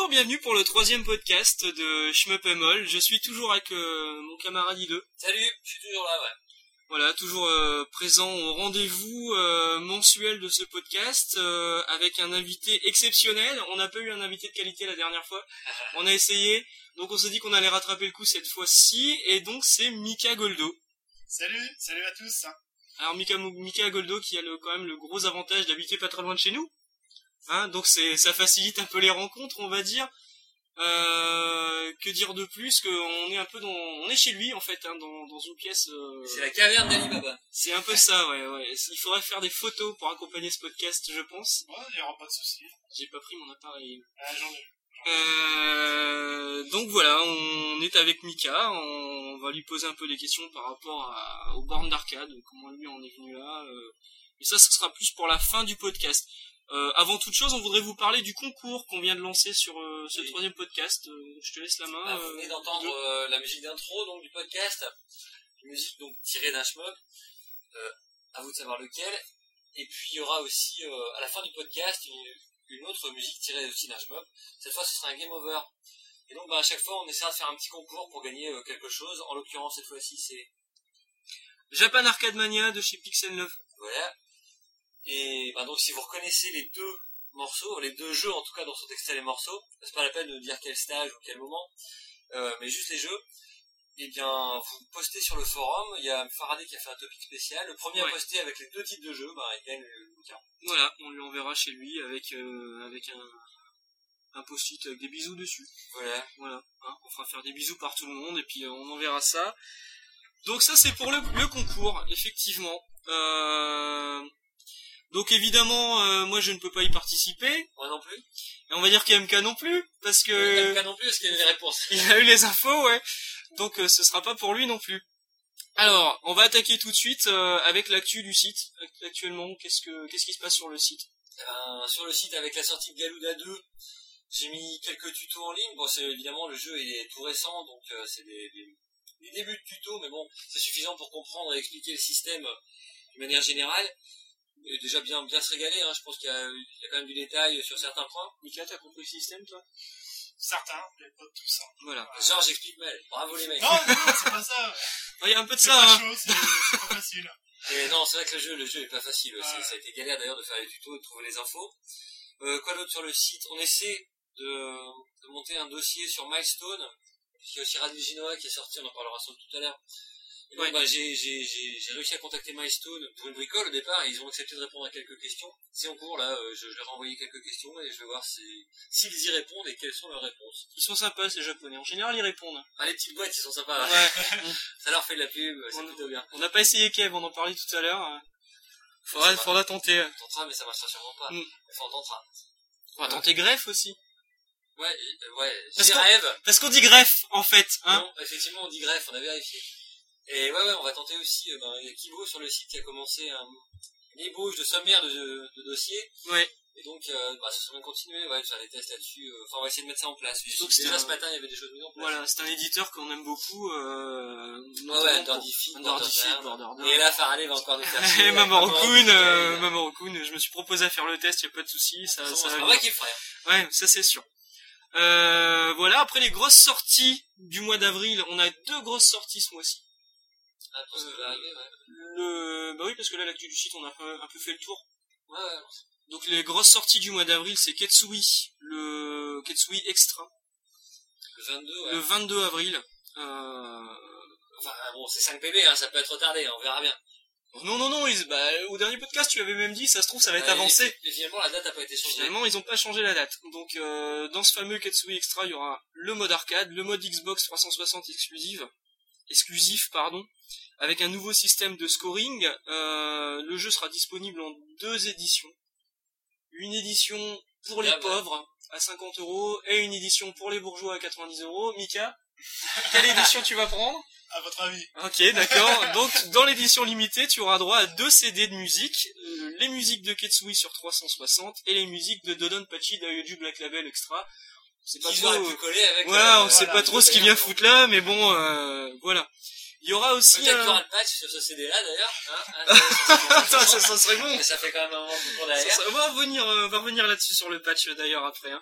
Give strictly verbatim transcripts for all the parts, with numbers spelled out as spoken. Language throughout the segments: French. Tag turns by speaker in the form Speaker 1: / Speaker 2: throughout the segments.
Speaker 1: Bonjour, bienvenue pour le troisième podcast de Shmup and All. Je suis toujours avec euh, mon camarade I deux.
Speaker 2: Salut, je suis toujours là, ouais.
Speaker 1: Voilà, toujours euh, présent au rendez-vous euh, mensuel de ce podcast euh, avec un invité exceptionnel. On n'a pas eu un invité de qualité la dernière fois. On a essayé, donc on s'est dit qu'on allait rattraper le coup cette fois-ci. Et donc c'est Mika Goldo.
Speaker 3: Salut, salut à tous.
Speaker 1: Alors Mika, Mika Goldo qui a le, quand même le gros avantage d'habiter pas très loin de chez nous. Hein, donc c'est, ça facilite un peu les rencontres, on va dire. Euh, que dire de plus qu'on est un peu dans, on est chez lui en fait, hein, dans, dans une pièce. Euh...
Speaker 2: C'est la caverne d'Ali Baba.
Speaker 1: C'est un peu ça, ouais, ouais. Il faudrait faire des photos pour accompagner ce podcast, je pense.
Speaker 3: Ouais, il y aura pas de souci.
Speaker 1: J'ai pas pris mon appareil.
Speaker 3: Ah, j'en ai.
Speaker 1: Euh, donc voilà, on est avec Mika, on va lui poser un peu des questions par rapport à, aux bornes d'arcade, comment lui en est venu là. Euh, et ça, ce sera plus pour la fin du podcast. Euh, avant toute chose, on voudrait vous parler du concours qu'on vient de lancer sur euh, ce oui. troisième podcast. Euh, je te laisse la main.
Speaker 2: Bah, vous venez euh, d'entendre euh, la musique d'intro donc du podcast, une musique donc tirée d'un shmup. Euh, à vous de savoir lequel. Et puis il y aura aussi euh, à la fin du podcast une, une autre musique tirée aussi d'un shmup. Cette fois, ce sera un game over. Et donc, bah, à chaque fois, on essaiera de faire un petit concours pour gagner euh, quelque chose. En l'occurrence, cette fois-ci, c'est
Speaker 1: Japan Arcade Mania de chez Pixel Love.
Speaker 2: Voilà. Et bah donc si vous reconnaissez les deux morceaux, les deux jeux en tout cas dont sont extraits les morceaux, c'est pas la peine de dire quel stage ou quel moment, euh, mais juste les jeux, et bien vous postez sur le forum, il y a Faraday qui a fait un topic spécial, le premier ouais. à poster avec les deux titres de jeux, bah il gagne le bouquin.
Speaker 1: Voilà, on lui enverra chez lui avec euh, avec un, un post-it avec des bisous dessus.
Speaker 2: Voilà.
Speaker 1: Voilà, hein, on fera faire des bisous par tout le monde et puis euh, on enverra ça. Donc ça c'est pour le, le concours, effectivement. Euh... Donc évidemment, euh, moi je ne peux pas y participer.
Speaker 2: Moi non plus.
Speaker 1: Et on va dire qu'M K non plus, parce que...
Speaker 2: M K non plus, parce qu'il y a eu les réponses.
Speaker 1: Il a eu les infos, ouais. Donc euh, ce sera pas pour lui non plus. Alors, on va attaquer tout de suite euh, avec l'actu du site. Actuellement, qu'est-ce que qu'est-ce qui se passe sur le site ?
Speaker 2: euh, Sur le site, avec la sortie de Galuda deux, j'ai mis quelques tutos en ligne. Bon, c'est évidemment, le jeu il est tout récent, donc euh, c'est des, des, des débuts de tutos, mais bon, c'est suffisant pour comprendre et expliquer le système euh, de manière générale. Et déjà bien bien se régaler, hein. Je pense qu'il y a, il y a quand même du détail sur certains points.
Speaker 1: Mika, t'as compris le système, toi ?
Speaker 3: Certains, mais pas tout ça.
Speaker 1: Voilà.
Speaker 2: Ouais. Genre, j'explique mal. Bravo les mecs.
Speaker 3: Non, non, non, c'est pas ça.
Speaker 1: Il y a un peu de
Speaker 3: c'est
Speaker 1: ça,
Speaker 3: pas
Speaker 1: hein.
Speaker 3: chaud, c'est, c'est pas facile.
Speaker 2: Et non, c'est vrai que le jeu, le jeu est pas facile.
Speaker 3: Ouais.
Speaker 2: C'est, ça a été galère d'ailleurs de faire les tutos et de trouver les infos. Euh, quoi d'autre sur le site ? On essaie de, de monter un dossier sur Milestone. Il y a aussi Radio Ginoa qui est sorti, on en parlera sans doute tout à l'heure. Et donc, ouais. bah, j'ai, j'ai, j'ai, j'ai réussi à contacter Milestone pour une bricole au départ et ils ont accepté de répondre à quelques questions. C'est en cours, là, euh, je, je leur ai envoyé quelques questions et je vais voir si, s'ils y répondent et quelles sont leurs réponses.
Speaker 1: Ils sont sympas, ces japonais. En général, ils répondent.
Speaker 2: Ah, les petites boîtes, ils sont sympas. Là.
Speaker 1: Ouais.
Speaker 2: Ça leur fait de la pub, c'est
Speaker 1: on,
Speaker 2: plutôt bien.
Speaker 1: On n'a pas essayé Kev, on en parlait tout à l'heure. Faudra, faudra tenter.
Speaker 2: On tentera, mais ça marchera sûrement pas. Mm. Enfin, on tentera.
Speaker 1: On va tenter greffe aussi.
Speaker 2: Ouais, euh, ouais,
Speaker 1: parce
Speaker 2: j'y
Speaker 1: qu'on,
Speaker 2: rêve.
Speaker 1: Parce qu'on dit greffe, en fait, hein.
Speaker 2: Non, effectivement, on dit greffe, on a vérifié. Et ouais, ouais, on va tenter aussi, euh, ben, il y a Kibo sur le site qui a commencé un, une ébauche de sommaire de, de, de dossier.
Speaker 1: Ouais.
Speaker 2: Et donc, euh, bah, ça serait bien continuer, ouais, de faire des tests là-dessus. Euh, enfin, on va essayer de mettre ça en place.
Speaker 1: Donc,
Speaker 2: déjà,
Speaker 1: un...
Speaker 2: ce matin, il y avait des choses mises en place.
Speaker 1: Voilà, c'est un éditeur qu'on aime beaucoup, euh,
Speaker 2: ouais, ouais, Underdify,
Speaker 1: Underdify, Border.
Speaker 2: Et là, Faraday va encore nous faire chier.
Speaker 1: Et Mamoru-kun, euh, Mamoru-kun, je me suis proposé à faire le test, y a pas de souci, ça, ça,
Speaker 2: ça
Speaker 1: va.
Speaker 2: C'est vrai qu'il ferait.
Speaker 1: Ouais, ça c'est sûr. Euh, voilà, après les grosses sorties du mois d'avril, on a deux grosses sorties ce mois-ci.
Speaker 2: Ah, parce que va arriver, ouais.
Speaker 1: Le, bah oui, parce que là, l'actu du site, on a un peu, un peu fait le tour.
Speaker 2: Ouais, ouais.
Speaker 1: Donc, les grosses sorties du mois d'avril, c'est Ketsui, le Ketsui Extra.
Speaker 2: Le vingt-deux, ouais.
Speaker 1: Le vingt-deux avril. Euh...
Speaker 2: Enfin, bon, c'est cinq P B, hein, ça peut être retardé, hein, on verra bien.
Speaker 1: Non, non, non, ils, bah, au dernier podcast, tu avais même dit, ça se trouve, ça va être
Speaker 2: ouais,
Speaker 1: avancé.
Speaker 2: Et, et finalement, la date n'a pas été changée.
Speaker 1: Finalement, ils ont pas changé la date. Donc, euh, dans ce fameux Ketsui Extra, il y aura le mode arcade, le mode Xbox trois cent soixante exclusive, exclusif, pardon, avec un nouveau système de scoring. Euh, le jeu sera disponible en deux éditions. Une édition pour les ah, pauvres, bah. à cinquante euros, et une édition pour les bourgeois à quatre-vingt-dix euros. Mika, quelle édition tu vas prendre ?
Speaker 3: À votre avis.
Speaker 1: Ok, d'accord. Donc, dans l'édition limitée, tu auras droit à deux C D de musique, euh, les musiques de Ketsui sur trois cent soixante et les musiques de Dodonpachi d'Ayoju Black Label Extra.
Speaker 2: C'est pas trop. Euh, coller avec
Speaker 1: voilà,
Speaker 2: euh,
Speaker 1: on sait voilà, pas trop ce qu'il vient foutre là, mais bon, euh, voilà. Il y aura aussi
Speaker 2: peut-être
Speaker 1: un...
Speaker 2: qu'il y aura le patch sur ce C D là d'ailleurs. Hein,
Speaker 1: Attends, ça, ça serait bon.
Speaker 2: Mais ça fait quand même un moment pour derrière.
Speaker 1: Ça, ça, on va revenir, euh, on va revenir là-dessus sur le patch d'ailleurs après. Hein.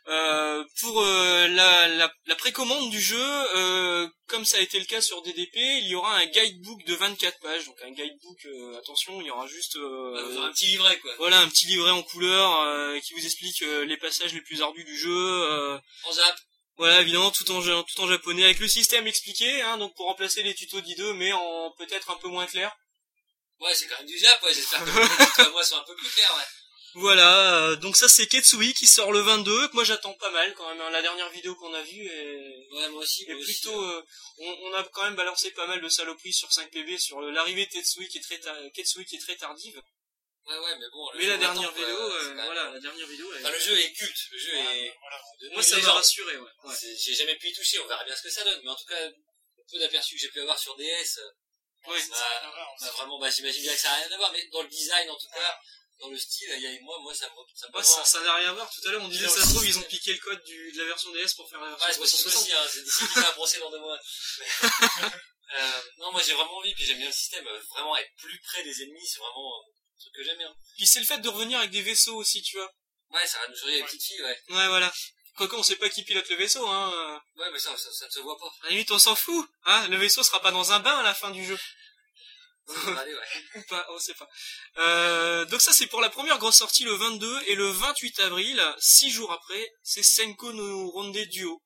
Speaker 1: Euh, pour euh, la, la, la précommande du jeu, euh, comme ça a été le cas sur D D P, il y aura un guidebook de vingt-quatre pages. Donc un guidebook, euh, attention, il y aura juste euh,
Speaker 2: Bah, vous aurez un petit livret, quoi.
Speaker 1: voilà, un petit livret en couleur euh, qui vous explique euh, les passages les plus ardus du jeu. Euh,
Speaker 2: En zap.
Speaker 1: voilà, évidemment, tout en ja- tout en japonais, avec le système expliqué, hein, donc pour remplacer les tutos d'I deux, mais en peut-être un peu moins clair.
Speaker 2: Ouais, c'est quand même du zap, ouais, j'espère que les tutos à moi sont un peu plus clairs, ouais.
Speaker 1: Voilà, euh, donc ça c'est Ketsui qui sort le vingt-deux, que moi j'attends pas mal quand même, hein. La dernière vidéo qu'on a vue est,
Speaker 2: Ouais, moi aussi,
Speaker 1: est
Speaker 2: moi
Speaker 1: plutôt...
Speaker 2: aussi.
Speaker 1: euh, on, on a quand même balancé pas mal de saloperies sur cinq P B sur le- l'arrivée de Ketsui qui est très, ta- Ketsui qui est très tardive.
Speaker 2: Ouais, ouais, mais bon. le
Speaker 1: Mais
Speaker 2: jeu,
Speaker 1: la
Speaker 2: on
Speaker 1: dernière
Speaker 2: attend,
Speaker 1: vidéo,
Speaker 2: quoi,
Speaker 1: euh,
Speaker 2: c'est quand même-
Speaker 1: voilà, la dernière vidéo, elle-
Speaker 2: Enfin, le jeu est culte, le jeu est...
Speaker 3: Voilà.
Speaker 2: de
Speaker 1: moi ça m'a
Speaker 2: légende.
Speaker 1: rassuré, ouais. ouais.
Speaker 2: C'est- J'ai jamais pu y toucher, on verra bien ce que ça donne, mais en tout cas, le peu d'aperçus que j'ai pu avoir sur D S, euh,
Speaker 1: Ouais.
Speaker 3: Ça n'a rien à voir,
Speaker 2: bah,
Speaker 3: aussi.
Speaker 2: vraiment, bah, j'imagine bien que ça n'a rien à voir, mais dans le design, en tout cas, dans le style, il y a, moi, moi, ça me, ça me
Speaker 1: Ouais,
Speaker 2: donne
Speaker 1: ça, ça n'a rien à voir. Tout à l'heure, on disait,
Speaker 2: Non,
Speaker 1: ça se
Speaker 2: si,
Speaker 1: trouve,
Speaker 2: si,
Speaker 1: ils ont
Speaker 2: c'est-
Speaker 1: piqué le code du, de la version D S pour faire la version
Speaker 2: Ouais, c'est possible
Speaker 1: trois cent soixante.
Speaker 2: aussi, hein, c'est d'ici qu'il fait un procès dans deux mois. Mais, euh, non, moi, j'ai vraiment envie, puis j'aime bien le système, euh, vraiment être plus près des ennemis, c'est vraiment euh, ce que j'aime bien.
Speaker 1: Puis c'est le fait de revenir avec des vaisseaux aussi, tu vois.
Speaker 2: Ouais, ça va nous sourire les petites filles, ouais.
Speaker 1: Ouais, voilà. Quoique on sait pas qui pilote le vaisseau, hein.
Speaker 2: Ouais, mais ça, ça, ça ne se voit pas.
Speaker 1: À la limite, on s'en fout, hein. Le vaisseau sera pas dans un bain à la fin du jeu.
Speaker 2: Ça va aller, ouais.
Speaker 1: Ou pas, on sait pas. Euh, donc ça, c'est pour la première grosse sortie le vingt-deux, et le vingt-huit avril, six jours après, c'est Senko no Ronde Duo.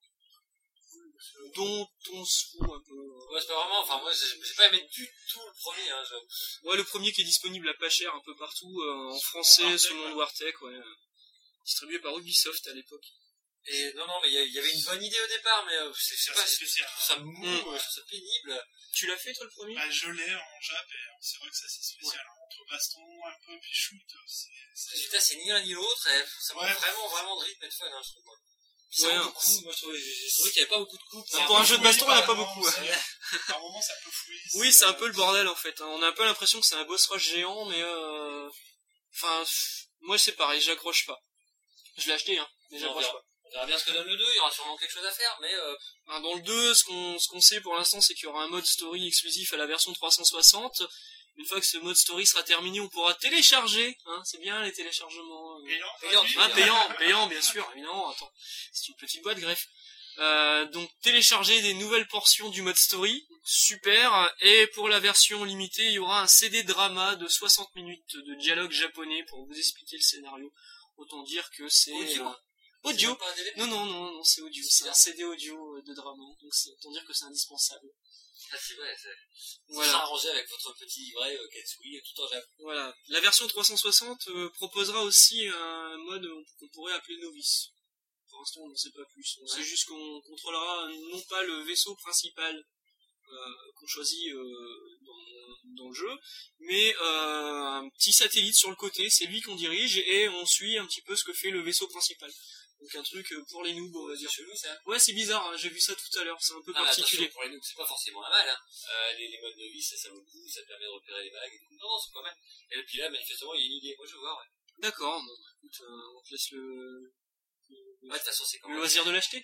Speaker 1: Dont on se fout un peu.
Speaker 2: Ouais, c'est pas vraiment, enfin, moi, j'ai j'ai pas aimé du tout le premier, hein, j'avoue.
Speaker 1: Ouais, le premier qui est disponible à pas cher un peu partout, euh, en français,
Speaker 3: Wartech,
Speaker 1: sous le nom de Wartech, ouais. Distribué par Ubisoft à l'époque.
Speaker 2: Et non, non, mais il y, a- il y avait une bonne idée au départ, mais euh, c'est- je sais
Speaker 3: Ça,
Speaker 2: pas,
Speaker 3: c'est
Speaker 2: je
Speaker 3: spécial.
Speaker 2: trouve ça mou,
Speaker 1: Mm.
Speaker 2: euh, je trouve ça pénible.
Speaker 1: Tu l'as fait toi le premier?
Speaker 3: Bah, je l'ai en Jap et euh, c'est vrai que ça c'est spécial. hein. Entre baston, un peu, puis shoot, c'est. c'est-
Speaker 2: Résultat, c'est ni l'un ni l'autre, et ça manque
Speaker 3: Ouais.
Speaker 2: vraiment, vraiment de rythme et de fun, hein, je trouve. Moi. Puis ça
Speaker 1: Ouais,
Speaker 2: manque
Speaker 1: hein.
Speaker 2: de coups, moi je trouvais, j'ai trouvé qu'il y avait pas beaucoup de coups.
Speaker 1: Ah,
Speaker 3: c'est
Speaker 1: pour
Speaker 3: peu
Speaker 1: un jeu de
Speaker 3: fouillis
Speaker 1: baston, il y en a
Speaker 3: par
Speaker 1: pas
Speaker 3: moment,
Speaker 1: beaucoup,
Speaker 3: c'est-
Speaker 2: ouais.
Speaker 3: Par moment, ça peut fouiller.
Speaker 1: Oui, c'est un peu le bordel en fait. hein. On a un peu l'impression que c'est un boss rush géant, mais euh... Enfin, pff, moi c'est pareil, j'accroche pas. Je l'ai acheté, hein, mais
Speaker 2: On
Speaker 1: j'accroche
Speaker 2: verra.
Speaker 1: pas.
Speaker 2: On verra bien ce que donne le deux, il y aura sûrement quelque chose à faire, mais euh,
Speaker 1: Hein, dans le deux, ce qu'on ce qu'on sait pour l'instant, c'est qu'il y aura un mode story exclusif à la version trois cent soixante. Une fois que ce mode story sera terminé, on pourra télécharger. Hein, c'est bien les téléchargements. euh.
Speaker 3: Payant,
Speaker 2: Payant,
Speaker 3: oui.
Speaker 1: Ah, payant, payant, bien sûr, évidemment, attends. C'est une petite boîte, greffe. Euh, donc, télécharger des nouvelles portions du mode story, super. Et pour la version limitée, il y aura un C D drama de soixante minutes de dialogue japonais pour vous expliquer le scénario. Autant dire que c'est...
Speaker 2: Audio.
Speaker 1: euh, audio.
Speaker 2: c'est pas un D V D.
Speaker 1: Non, non, non, non, c'est audio. C'est un C D audio euh, de drama. Donc, c'est, autant dire que c'est indispensable.
Speaker 2: Ah, si, ouais, c'est
Speaker 1: Voilà.
Speaker 2: voilà. arrangé avec votre petit livret euh, Ketsui, tout en Japon.
Speaker 1: Voilà. La version trois cent soixante euh, proposera aussi un mode euh, qu'on pourrait appeler novice. Pour l'instant, on n'en sait pas plus. On
Speaker 2: Ouais.
Speaker 1: sait juste qu'on contrôlera non pas le vaisseau principal euh, qu'on choisit euh, dans, dans le jeu, mais euh, un petit satellite sur le côté. C'est lui qu'on dirige et on suit un petit peu ce que fait le vaisseau principal. Donc un truc euh, pour les noobs, on va
Speaker 2: C'est
Speaker 1: dire.
Speaker 2: chelou, ça.
Speaker 1: Ouais, c'est bizarre. Hein, j'ai vu ça tout à l'heure. C'est un peu
Speaker 2: Ah, mais
Speaker 1: particulier.
Speaker 2: attention, pour les noobs, c'est pas forcément un mal, hein. Euh, les, les modes novices, ça, ça vaut le coup, ça te permet de repérer les bagues et tout. Non, non, c'est pas mal. Et puis là, manifestement, il y a une idée. Moi, je veux voir, ouais.
Speaker 1: D'accord. Bon, écoute, euh, on te laisse le
Speaker 2: Ouais, de toute façon, c'est quand
Speaker 1: le
Speaker 2: même.
Speaker 1: loisir de l'acheter.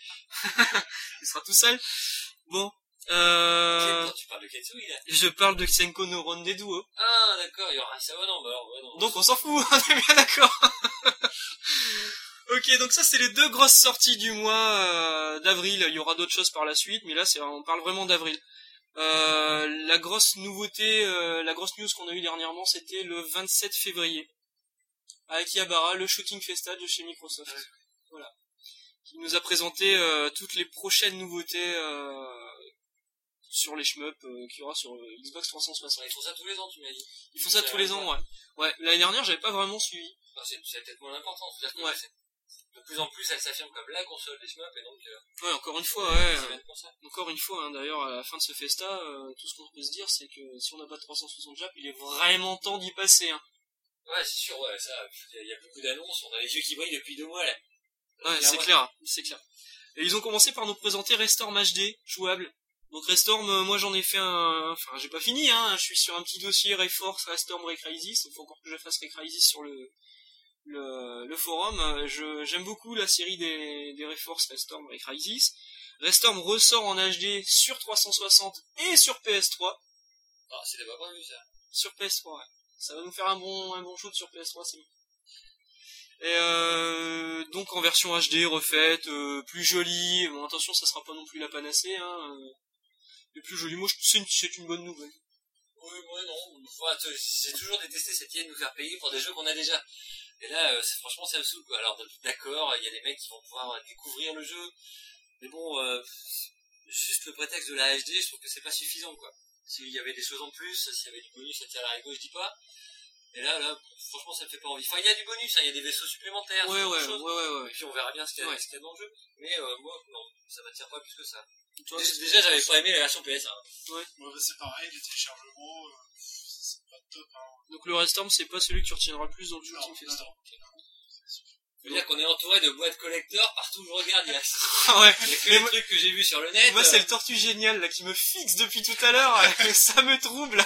Speaker 1: Il sera tout seul. Bon. Euh,
Speaker 2: Quand tu parles de Ketsui, là.
Speaker 1: je parle de Senko no Ronde Duo.
Speaker 2: Ah, d'accord, il y aura un savon, non, bah alors, ouais, non.
Speaker 1: Donc on s'en fout, on est bien d'accord. Ok, donc ça c'est les deux grosses sorties du mois euh, d'avril. Il y aura d'autres choses par la suite, mais là c'est on parle vraiment d'avril. Euh, la grosse nouveauté, euh, la grosse news qu'on a eue dernièrement, c'était le vingt-sept février à Akihabara, le Shooting Festa de chez Microsoft.
Speaker 2: Ouais.
Speaker 1: Voilà, qui nous a présenté euh, toutes les prochaines nouveautés euh, sur les shmups euh, qu'il y aura sur euh, Xbox trois cent soixante.
Speaker 2: Ils font ça tous les ans, tu m'as dit.
Speaker 1: Ils font ça tous les ans, ouais. Ouais, l'année dernière j'avais pas vraiment suivi.
Speaker 2: Enfin, c'est c'est peut-être moins important, c'est-à-dire que
Speaker 1: Ouais.
Speaker 2: c'est- de plus en plus, elle s'affirme comme la console des shmups, et donc, euh,
Speaker 1: Ouais, encore une fois, ouais.
Speaker 2: ça va
Speaker 1: euh,
Speaker 2: être pour ça.
Speaker 1: Encore une fois, hein, d'ailleurs, à la fin de ce Festa, euh, tout ce qu'on peut se dire, c'est que si on n'a pas de trois cent soixante Jap, il est vraiment temps d'y passer. Hein.
Speaker 2: Ouais, c'est sûr, ouais, ça, il y, a- il y a beaucoup d'annonces, on a les yeux qui brillent depuis deux mois, là.
Speaker 1: Ouais, c'est clair, c'est clair. Et ils ont commencé par nous présenter Restorm H D, jouable. Donc Restorm, euh, moi j'en ai fait un... Enfin, j'ai pas fini, hein, je suis sur un petit dossier Reforce, Restorm, Recrisis. Il faut encore que je fasse Recrisis sur le... Le, le forum. Euh, Je, j'aime beaucoup la série des, des Reforce, Restorm, Recrisis. Restorm ressort en H D sur trois cent soixante et sur P S trois.
Speaker 2: Ah, c'est pas prévu, ça.
Speaker 1: Sur P S trois, ouais. Ça va nous faire un bon, un bon shoot sur P S trois, c'est bon. Et euh, donc en version H D refaite, euh, plus jolie. Bon, attention, ça sera pas non plus la panacée, hein. Euh, mais plus jolie. Moi, je- c'est une, c'est une bonne nouvelle.
Speaker 2: Oui, ouais, non. Enfin, j'ai toujours détesté cette idée de nous faire payer pour des jeux qu'on a déjà. Et là, euh, c'est, franchement, ça me saoule, quoi. Alors, d'accord, il y a des mecs qui vont pouvoir découvrir le jeu. Mais bon, euh, juste le prétexte de la H D, je trouve que c'est pas suffisant, quoi. S'il y avait des choses en plus, s'il y avait du bonus à tirer à la rigole, je dis pas. Et là, là, franchement, ça me fait pas envie. Enfin, il y a du bonus, hein, il y a des vaisseaux supplémentaires.
Speaker 1: Ouais, ouais,
Speaker 2: choses.
Speaker 1: ouais, ouais, ouais.
Speaker 2: Et puis on verra bien ce qu'il y a,
Speaker 1: Ouais.
Speaker 2: ce qu'il y a dans le jeu. Mais euh, moi, non, ça m'attire pas plus que ça.
Speaker 1: Toi,
Speaker 2: déjà,
Speaker 1: c'est-
Speaker 2: déjà, j'avais pas aimé la version P S un.
Speaker 3: Ouais, bah, c'est pareil, les téléchargements, euh, c'est pas top, hein.
Speaker 1: Donc le Restorm, c'est pas celui que tu retiendras le plus dans le
Speaker 3: Non,
Speaker 1: Shooting Fest.
Speaker 3: non,
Speaker 2: Je veux dire qu'on est entouré de boîtes collector, partout où je regarde, il y a,
Speaker 1: Ah ouais.
Speaker 2: il y a que
Speaker 1: Mais
Speaker 2: les
Speaker 1: moi-
Speaker 2: trucs que j'ai vus sur le net.
Speaker 1: Moi,
Speaker 2: euh,
Speaker 1: c'est le Tortue Génial, là, qui me fixe depuis tout à l'heure. Ça me trouble.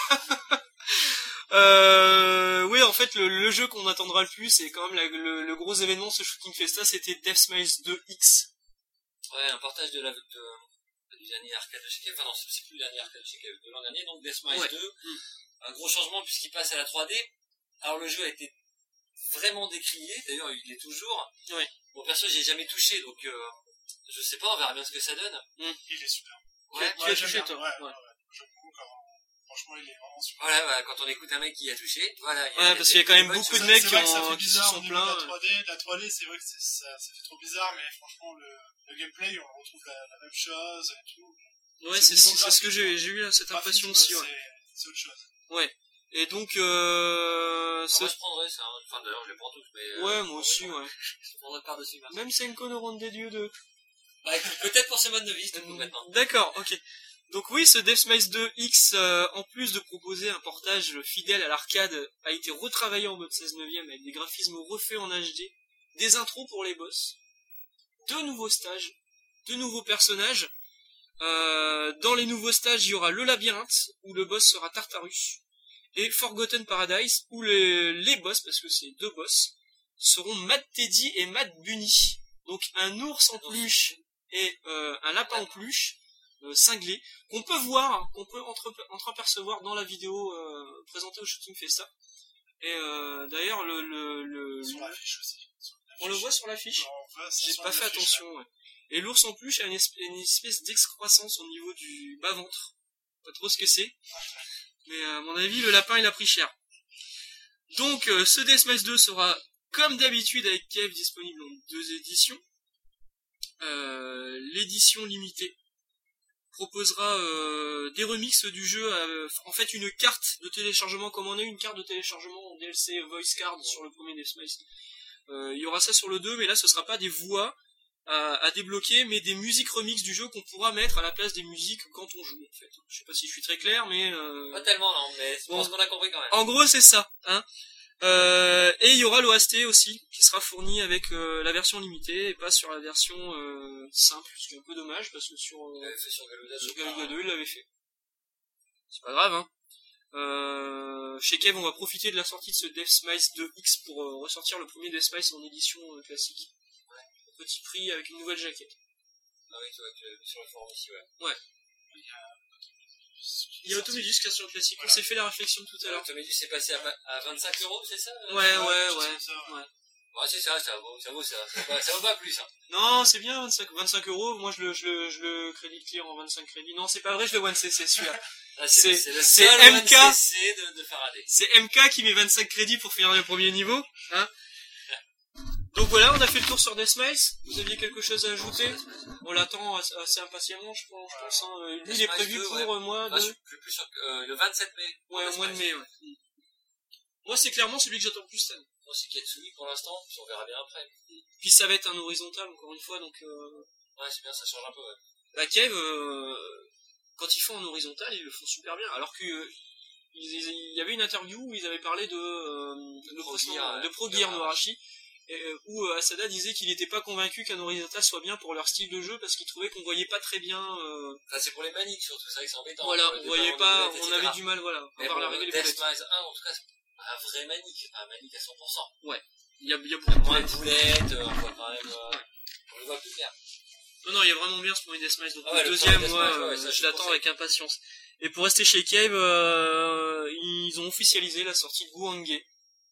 Speaker 1: euh, oui, en fait, le, le jeu qu'on attendra le plus, et quand même la- le, le gros événement de ce Shooting Festa, c'était Death Smiles deux X.
Speaker 2: Ouais, un partage de la, de, du dernier arcade de chez Kev. Enfin non, c'est plus le dernier arcade de chez Kev, de l'an dernier, donc Death Smiles
Speaker 1: Ouais.
Speaker 2: deux.
Speaker 1: Mm.
Speaker 2: Un gros changement puisqu'il passe à la trois D. Alors le jeu a été vraiment décrié, d'ailleurs il est toujours.
Speaker 1: Ouais.
Speaker 2: Bon, perso, j'y ai jamais touché, donc euh, je sais pas, on verra bien ce que ça donne.
Speaker 3: il est super.
Speaker 2: Ouais,
Speaker 1: Tu as
Speaker 3: Ouais,
Speaker 1: touché,
Speaker 3: j'aime
Speaker 1: toi.
Speaker 3: bien. Ouais,
Speaker 1: Ouais.
Speaker 3: ouais, ouais. J'aime beaucoup quand, franchement, il est vraiment super.
Speaker 2: voilà, voilà, quand on écoute un mec qui y a touché, voilà. il y a-
Speaker 1: Ouais,
Speaker 2: il y a
Speaker 1: parce
Speaker 2: des-
Speaker 1: qu'il y a quand même
Speaker 2: des bonnes
Speaker 1: beaucoup de
Speaker 2: choses.
Speaker 1: mecs
Speaker 3: C'est
Speaker 1: qui
Speaker 3: vrai que ça
Speaker 1: ont-
Speaker 3: fait
Speaker 1: qui
Speaker 3: bizarre
Speaker 1: se sont
Speaker 3: au niveau
Speaker 1: plaints,
Speaker 3: de
Speaker 1: ouais.
Speaker 3: la trois D. La trois D, c'est vrai que c'est- ça, ça fait trop bizarre, mais franchement, le, le gameplay, on retrouve la, la même chose et tout.
Speaker 1: Ouais,
Speaker 3: C'est
Speaker 1: c'est
Speaker 3: niveau
Speaker 1: c'est ce que
Speaker 3: graphique,
Speaker 1: j'ai j'ai eu là, cette
Speaker 3: Graphisme,
Speaker 1: impression aussi, ouais.
Speaker 3: c'est- C'est autre chose.
Speaker 1: Ouais. Et donc, euh,
Speaker 2: Ah,
Speaker 1: ce-
Speaker 2: moi je prendrais ça, hein. Enfin d'ailleurs je les prends tous, mais... euh,
Speaker 1: ouais,
Speaker 2: je
Speaker 1: moi aussi,
Speaker 2: prendrais-
Speaker 1: ouais.
Speaker 2: Je prendrais par-dessus, merci.
Speaker 1: Même Senko no Ronde des Dieux deux.
Speaker 2: Bah écoute, peut-être pour ce mode de vie, du coup, maintenant.
Speaker 1: D'accord, ok. Donc oui, ce Death Smiles deux X, euh, en plus de proposer un portage fidèle à l'arcade, a été retravaillé en mode seize neuvième avec des graphismes refaits en H D, des intros pour les boss, deux nouveaux stages, deux nouveaux personnages. Euh, dans les nouveaux stages, il y aura le labyrinthe, où le boss sera Tartarus, et Forgotten Paradise, où les, les boss, parce que c'est deux boss, seront Mad Teddy et Mad Bunny. Donc un ours en peluche et euh, un lapin en peluche euh, cinglé, qu'on peut voir, qu'on peut entre, entreapercevoir dans la vidéo euh, présentée au Shooting Festa. Et euh, d'ailleurs, le, le, le,
Speaker 3: Sur
Speaker 1: le-
Speaker 3: l'affiche aussi. Sur
Speaker 1: on le voit sur l'affiche.
Speaker 3: On voit ça
Speaker 1: J'ai
Speaker 3: sur
Speaker 1: pas fait
Speaker 3: l'affiche,
Speaker 1: attention. Ouais. Et l'ours en peluche a une espèce, une espèce d'excroissance au niveau du bas-ventre. Pas trop ce que c'est. Mais à mon avis, le lapin, il a pris cher. Donc, euh, ce Death Smiles deux sera, comme d'habitude avec Kev, disponible en deux éditions. Euh, l'édition limitée proposera euh, des remixes du jeu, euh, en fait une carte de téléchargement, comme on a eu une carte de téléchargement en D L C Voice Card sur le premier Death Smiles. Euh, il y aura ça sur le deux, mais là ce sera pas des voix à, à débloquer, mais des musiques remix du jeu qu'on pourra mettre à la place des musiques quand on joue, en fait. Je sais pas si je suis très clair, mais... Euh...
Speaker 2: Pas tellement, non, mais je
Speaker 1: Bon.
Speaker 2: pense qu'on a compris quand même.
Speaker 1: En gros, c'est ça, hein. Euh, et il y aura l'O S T aussi, qui sera fourni avec euh, la version limitée, et pas sur la version euh, simple, ce qui est un peu dommage, parce que sur,
Speaker 2: Il
Speaker 1: euh,
Speaker 2: avait fait sur Galuda
Speaker 1: sur
Speaker 2: deux.
Speaker 1: Galuga deux, il l'avait fait. C'est pas grave, hein. Euh, chez Kev, on va profiter de la sortie de ce Death Smiles deux X pour euh, ressortir le premier Death Smiles en édition euh, classique. Au petit prix, avec une nouvelle jaquette.
Speaker 2: Ah oui, tu vois, que sur le forum ici, ouais.
Speaker 1: Il y a Automedus qui est sur le classique, on s'est fait la réflexion tout à l'heure.
Speaker 2: Automedus c'est passé à, vingt- à vingt-cinq euros, c'est ça?
Speaker 1: Ouais, ouais,
Speaker 3: Ouais,
Speaker 1: ouais.
Speaker 3: c'est ça, ouais.
Speaker 1: ouais.
Speaker 2: Ouais, c'est ça, ça vaut, ça vaut, ça, ça, vaut, ça vaut pas plus, hein.
Speaker 1: Non, c'est bien, vingt-cinq, vingt-cinq euros, moi je le, je le, je le crédit clear en vingt-cinq crédits. Non, c'est pas vrai, je le one C C celui-là.
Speaker 2: Là,
Speaker 1: C'est-
Speaker 2: c'est le
Speaker 1: c'est
Speaker 2: seul
Speaker 1: M K.
Speaker 2: one C C de, de Faraday.
Speaker 1: C'est M K qui met vingt-cinq crédits pour finir le premier niveau, hein. Donc voilà, on a fait le tour sur Death Smiles. Vous aviez quelque chose à ajouter? On l'attend assez assez impatiemment, je pense. Je pense hein. Lui, il est prévu
Speaker 2: Death
Speaker 1: pour
Speaker 2: Smiles deux,
Speaker 1: euh, mois
Speaker 2: Ah, je
Speaker 1: de...
Speaker 2: suis plus, plus sûr que, euh, le vingt-sept mai.
Speaker 1: Ouais, au mois de mai, ouais. Moi, c'est clairement celui que j'attends le plus cette année.
Speaker 2: Bon, c'est Ketsui pour l'instant, puis on verra bien après.
Speaker 1: Puis ça va être un horizontal, encore une fois, donc... Euh...
Speaker 2: Ouais, c'est bien, ça change un peu, ouais.
Speaker 1: Bah, Kev, euh... quand ils font en horizontal, ils le font super bien. Alors que... euh, ils- ils- Il y avait une interview où ils avaient parlé de... Euh, de
Speaker 2: Pro
Speaker 1: Pro,
Speaker 2: Gear,
Speaker 1: de
Speaker 2: ouais.
Speaker 1: Pro Gear Norashi. Et, euh, où euh, Asada disait qu'il n'était pas convaincu qu'un horizontal soit bien pour leur style de jeu parce qu'il trouvait qu'on voyait pas très bien euh...
Speaker 2: Enfin, c'est pour les maniques surtout, c'est vrai que c'est embêtant.
Speaker 1: voilà,
Speaker 2: Pour le
Speaker 1: on voyait
Speaker 2: déploiement
Speaker 1: pas,
Speaker 2: des boulettes,
Speaker 1: on
Speaker 2: et cetera.
Speaker 1: avait du mal, voilà, à
Speaker 2: Mais
Speaker 1: voir
Speaker 2: bon,
Speaker 1: la règle des
Speaker 2: Death
Speaker 1: boulettes.
Speaker 2: Smiles un, en tout cas, c'est un vrai manique, un manique à cent pour cent.
Speaker 1: Il y a, il y a beaucoup de
Speaker 2: Moins de
Speaker 1: boulettes.
Speaker 2: boulettes, euh, on voit quand même, euh, on le voit plus clair.
Speaker 1: Non, non, il y a vraiment bien ce premier Death Smiles, donc
Speaker 2: Ah ouais,
Speaker 1: le
Speaker 2: le
Speaker 1: deuxième,
Speaker 2: premier Death
Speaker 1: moi,
Speaker 2: Smiles, ouais,
Speaker 1: euh,
Speaker 2: ça, je
Speaker 1: je
Speaker 2: le
Speaker 1: l'attends
Speaker 2: conseille.
Speaker 1: avec impatience. Et pour rester chez Cave, euh, ils ont officialisé la sortie de Guangge
Speaker 2: Sur X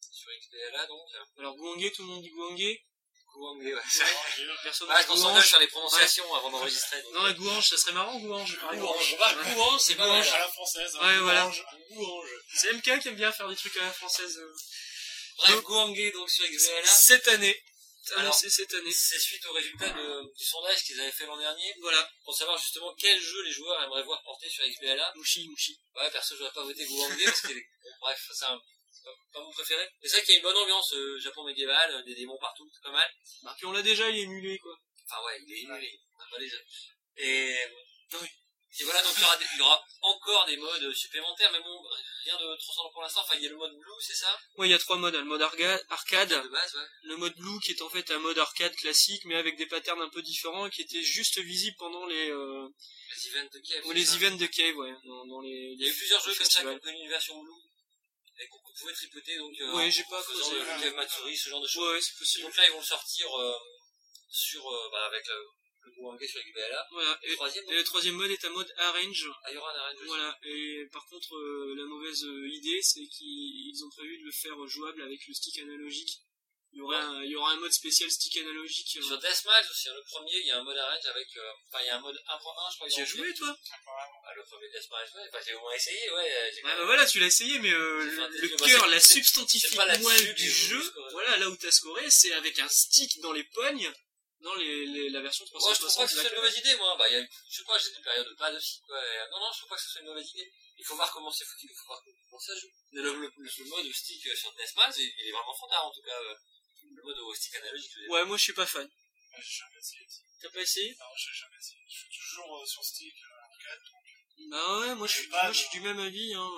Speaker 2: X B L A donc.
Speaker 1: Alors Gouangé, tout le monde dit Gouangé.
Speaker 2: Gouangé, ouais.
Speaker 1: Personne
Speaker 2: Ah,
Speaker 1: dit
Speaker 2: je m'en
Speaker 1: Gouange.
Speaker 2: sur les prononciations avant d'enregistrer. donc.
Speaker 1: Non, mais Gouange, ça serait marrant, Gouange.
Speaker 2: Gouange, bah,
Speaker 1: Ouais.
Speaker 2: Gouange, c'est pas mal.
Speaker 3: Gouange à la française. hein,
Speaker 1: Ouais, voilà.
Speaker 3: Gouange.
Speaker 2: Gouange.
Speaker 1: C'est M K qui aime bien faire des trucs à la française. euh.
Speaker 2: Bref,
Speaker 1: Donc,
Speaker 2: Gouangé donc sur X B L A.
Speaker 1: Cette année.
Speaker 2: Alors,
Speaker 1: Annoncé cette année.
Speaker 2: C'est suite au résultat de, du sondage qu'ils avaient fait l'an dernier
Speaker 1: Voilà.
Speaker 2: pour savoir justement quel jeu les joueurs aimeraient voir porter sur X B L A.
Speaker 1: Mouchi, Mouchi.
Speaker 2: Ouais, perso, j'aurais pas voté Gouangé parce que, bon, bref, c'est un, c'est pas, pas mon préféré. Mais c'est vrai qu'il y a une bonne ambiance, euh, Japon médiéval, euh, des démons partout, c'est pas mal.
Speaker 1: Bah, puis on l'a déjà, il est émulé, quoi.
Speaker 2: Enfin, ouais, il est émulé. On a pas déjà. Et,
Speaker 1: Oui.
Speaker 2: et voilà, donc il y aura, des- il y aura encore des modes supplémentaires, mais bon, rien de transcendant pour l'instant. Enfin, il y a le mode blue, c'est ça?
Speaker 1: Ouais, il y a trois modes. Le mode arga- arcade,
Speaker 2: De base, ouais.
Speaker 1: le mode blue qui est en fait un mode arcade classique, mais avec des patterns un peu différents et qui était juste visible pendant les, euh,
Speaker 2: Les events de Cave.
Speaker 1: ou
Speaker 2: c'est
Speaker 1: les
Speaker 2: ça.
Speaker 1: events de Cave, ouais. Dans, dans les,
Speaker 2: Il y a eu plusieurs jeux comme ça qui
Speaker 1: festivals.
Speaker 2: ont connu une version blue. Et qu'on pouvait tripoter, donc, euh,
Speaker 1: Ouais,
Speaker 2: en
Speaker 1: j'ai pas
Speaker 2: faisant
Speaker 1: creusé.
Speaker 2: le Cave Matsuri, ce genre de choses.
Speaker 1: Ouais, ouais, c'est
Speaker 2: Et
Speaker 1: possible.
Speaker 2: donc là, ils vont le sortir, euh, sur, euh, bah, avec le, le Gouangé sur X B L A.
Speaker 1: Voilà.
Speaker 2: Et
Speaker 1: Et,
Speaker 2: le troisième,
Speaker 1: et le troisième mode est un mode arrange.
Speaker 2: ah, il y aura un arrêt de jeu.
Speaker 1: Voilà. Et par contre, euh, la mauvaise euh, idée, c'est qu'ils ils ont prévu de le faire jouable avec le stick analogique. Il y aura, un, il y aura un mode spécial stick analogique. euh.
Speaker 2: Sur Deathmatch aussi, hein, le premier, il y a un mode arrange avec, euh, enfin, il y a un mode un point un, je crois.
Speaker 1: Tu
Speaker 2: qu'ils
Speaker 1: as
Speaker 2: ont fait.
Speaker 1: joué, toi?
Speaker 2: Ah, le premier Deathmatch, ouais, enfin, j'ai au moins essayé, ouais. euh, j'ai quand
Speaker 1: Ouais,
Speaker 2: même-
Speaker 1: bah voilà, tu l'as essayé, mais euh,
Speaker 2: J'ai fait un
Speaker 1: le
Speaker 2: test,
Speaker 1: le
Speaker 2: bah,
Speaker 1: cœur,
Speaker 2: c'est-
Speaker 1: la
Speaker 2: c'est-
Speaker 1: substantifique
Speaker 2: c'est pas là-dessus
Speaker 1: moelle
Speaker 2: que
Speaker 1: du
Speaker 2: j'ai
Speaker 1: jeu,
Speaker 2: voulu scorer.
Speaker 1: voilà, là où t'as scoré, c'est avec un stick dans les pognes, dans les, les, la version
Speaker 2: Moi, je trouve pas
Speaker 1: trois cent soixante.
Speaker 2: que ce soit une mauvaise idée, moi. Bah, il y a eu, je sais pas, j'ai des périodes de pas de site, ouais. Non, non, je trouve pas que ce soit une mauvaise idée. Il faut voir comment c'est foutu, il faut voir comment ça joue. Le, le, le, le mode stick euh, sur Deathmatch, il, il est vraiment fandard, en tout cas, euh, le mode au stick analogique, je veux dire.
Speaker 1: Ouais, moi je suis pas fan.
Speaker 3: Ouais, j'ai jamais essayé.
Speaker 1: T'as pas essayé?
Speaker 3: Non, j'ai jamais essayé. Je suis toujours euh, sur stick, euh, arcade. donc,
Speaker 1: Bah ouais, moi je suis,
Speaker 3: Pas
Speaker 1: moi,
Speaker 3: de-
Speaker 1: je suis du même avis, hein.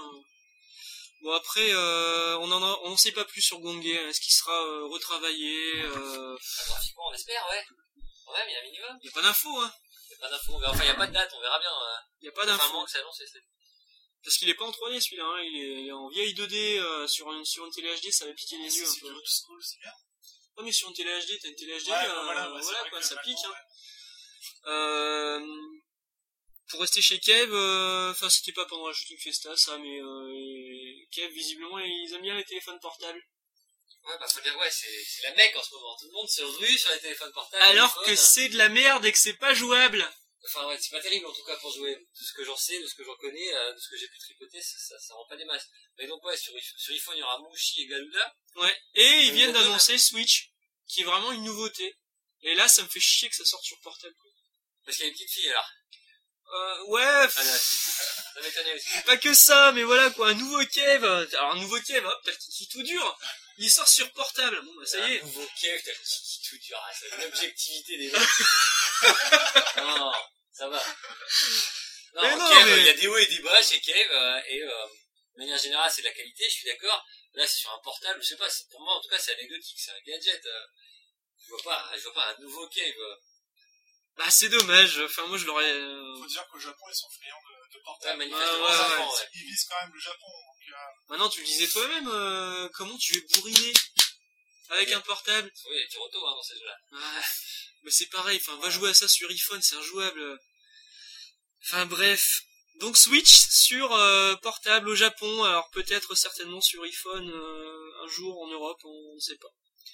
Speaker 1: Bon après, euh, on en a, on en sait pas plus sur Gouangé, hein. Est-ce qu'il sera euh, retravaillé, euh...
Speaker 2: Enfin, graphiquement, on espère, ouais. Quand même, il y a un minimum.
Speaker 1: y a pas d'infos, hein.
Speaker 2: Il y a pas d'infos, on verra. Enfin, il y a pas de date, on verra bien. Euh.
Speaker 1: Y a pas
Speaker 2: Enfin, un
Speaker 1: d'infos.
Speaker 2: manque, c'est annoncé, c'est.
Speaker 1: Parce qu'il est pas en trois D celui-là, hein. il, est, il est en vieille deux D euh, sur une sur une télé H D, ça va piquer les yeux un
Speaker 3: c'est
Speaker 1: peu.
Speaker 3: du old school, c'est bien.
Speaker 1: Ouais, mais sur une télé H D, t'as une télé H D,
Speaker 3: Ouais,
Speaker 1: euh,
Speaker 3: bah, voilà, bah, c'est
Speaker 1: voilà
Speaker 3: vrai
Speaker 1: quoi,
Speaker 3: que
Speaker 1: ça pique.
Speaker 3: maintenant,
Speaker 1: Hein. Euh, pour rester chez Kev, euh, enfin c'était pas pendant la Shooting Festa ça, mais euh, Kev visiblement ils aiment bien les téléphones portables.
Speaker 2: Ouais, bah, faut dire, ouais, c'est, c'est la mecque en ce moment. Tout le monde se rue sur les téléphones portables.
Speaker 1: Alors
Speaker 2: les
Speaker 1: que
Speaker 2: téléphones.
Speaker 1: c'est de la merde et que c'est pas jouable.
Speaker 2: Enfin, ouais, c'est pas terrible en tout cas pour jouer. De ce que j'en sais, de ce que j'en connais, euh, de ce que j'ai pu tripoter, ça, ça, ça rend pas des masses. Mais donc, ouais, sur, sur iPhone, il y aura Mouchi et Galuda.
Speaker 1: Ouais. Et ils
Speaker 2: Donc,
Speaker 1: viennent
Speaker 2: bon,
Speaker 1: d'annoncer Switch, qui est vraiment une nouveauté. Et là ça me fait chier que ça sorte sur portable. Quoi.
Speaker 2: Parce qu'il y a une petite fille alors.
Speaker 1: Euh, ouais.
Speaker 2: Ah,
Speaker 1: pff,
Speaker 2: là, ça m'étonnait aussi.
Speaker 1: Pas que ça, mais voilà quoi, un nouveau Kev. Alors un nouveau Kev, hop, t'as le kiki tout dur. Il sort sur portable. Bon bah ça y est.
Speaker 2: Un nouveau Kev, t'as le kiki tout dur. Ah, c'est l'objectivité des gens. Non, ça va. Non,
Speaker 1: Mais non,
Speaker 2: Kev,
Speaker 1: mais-
Speaker 2: il y a des hauts et des bas chez Kev, euh, et, euh, de manière générale, c'est de la qualité, je suis d'accord. Là, c'est sur un portable, je sais pas, c'est- pour moi, en tout cas, c'est anecdotique, c'est un gadget. Euh, je vois pas, je vois pas un nouveau Kev. Euh.
Speaker 1: Bah c'est dommage. Enfin moi je l'aurais. euh,
Speaker 3: Faut dire qu'au Japon, ils sont friands de, de
Speaker 2: Ouais,
Speaker 3: portables.
Speaker 2: manifestement,
Speaker 1: ouais,
Speaker 2: ça
Speaker 1: ouais,
Speaker 2: prend, ouais.
Speaker 3: Ils visent quand même le Japon. Donc, euh,
Speaker 1: Maintenant, tu le disais toi-même, euh, comment tu es bourriné avec
Speaker 2: Oui.
Speaker 1: un portable.
Speaker 2: Oui, il y a du roto, hein, dans ces jeux-là.
Speaker 1: Ah, mais c'est pareil, enfin, va jouer à ça sur iPhone, c'est injouable. Enfin bref. Donc Switch sur euh, portable au Japon, alors peut-être certainement sur iPhone euh, un jour en Europe, on ne sait pas.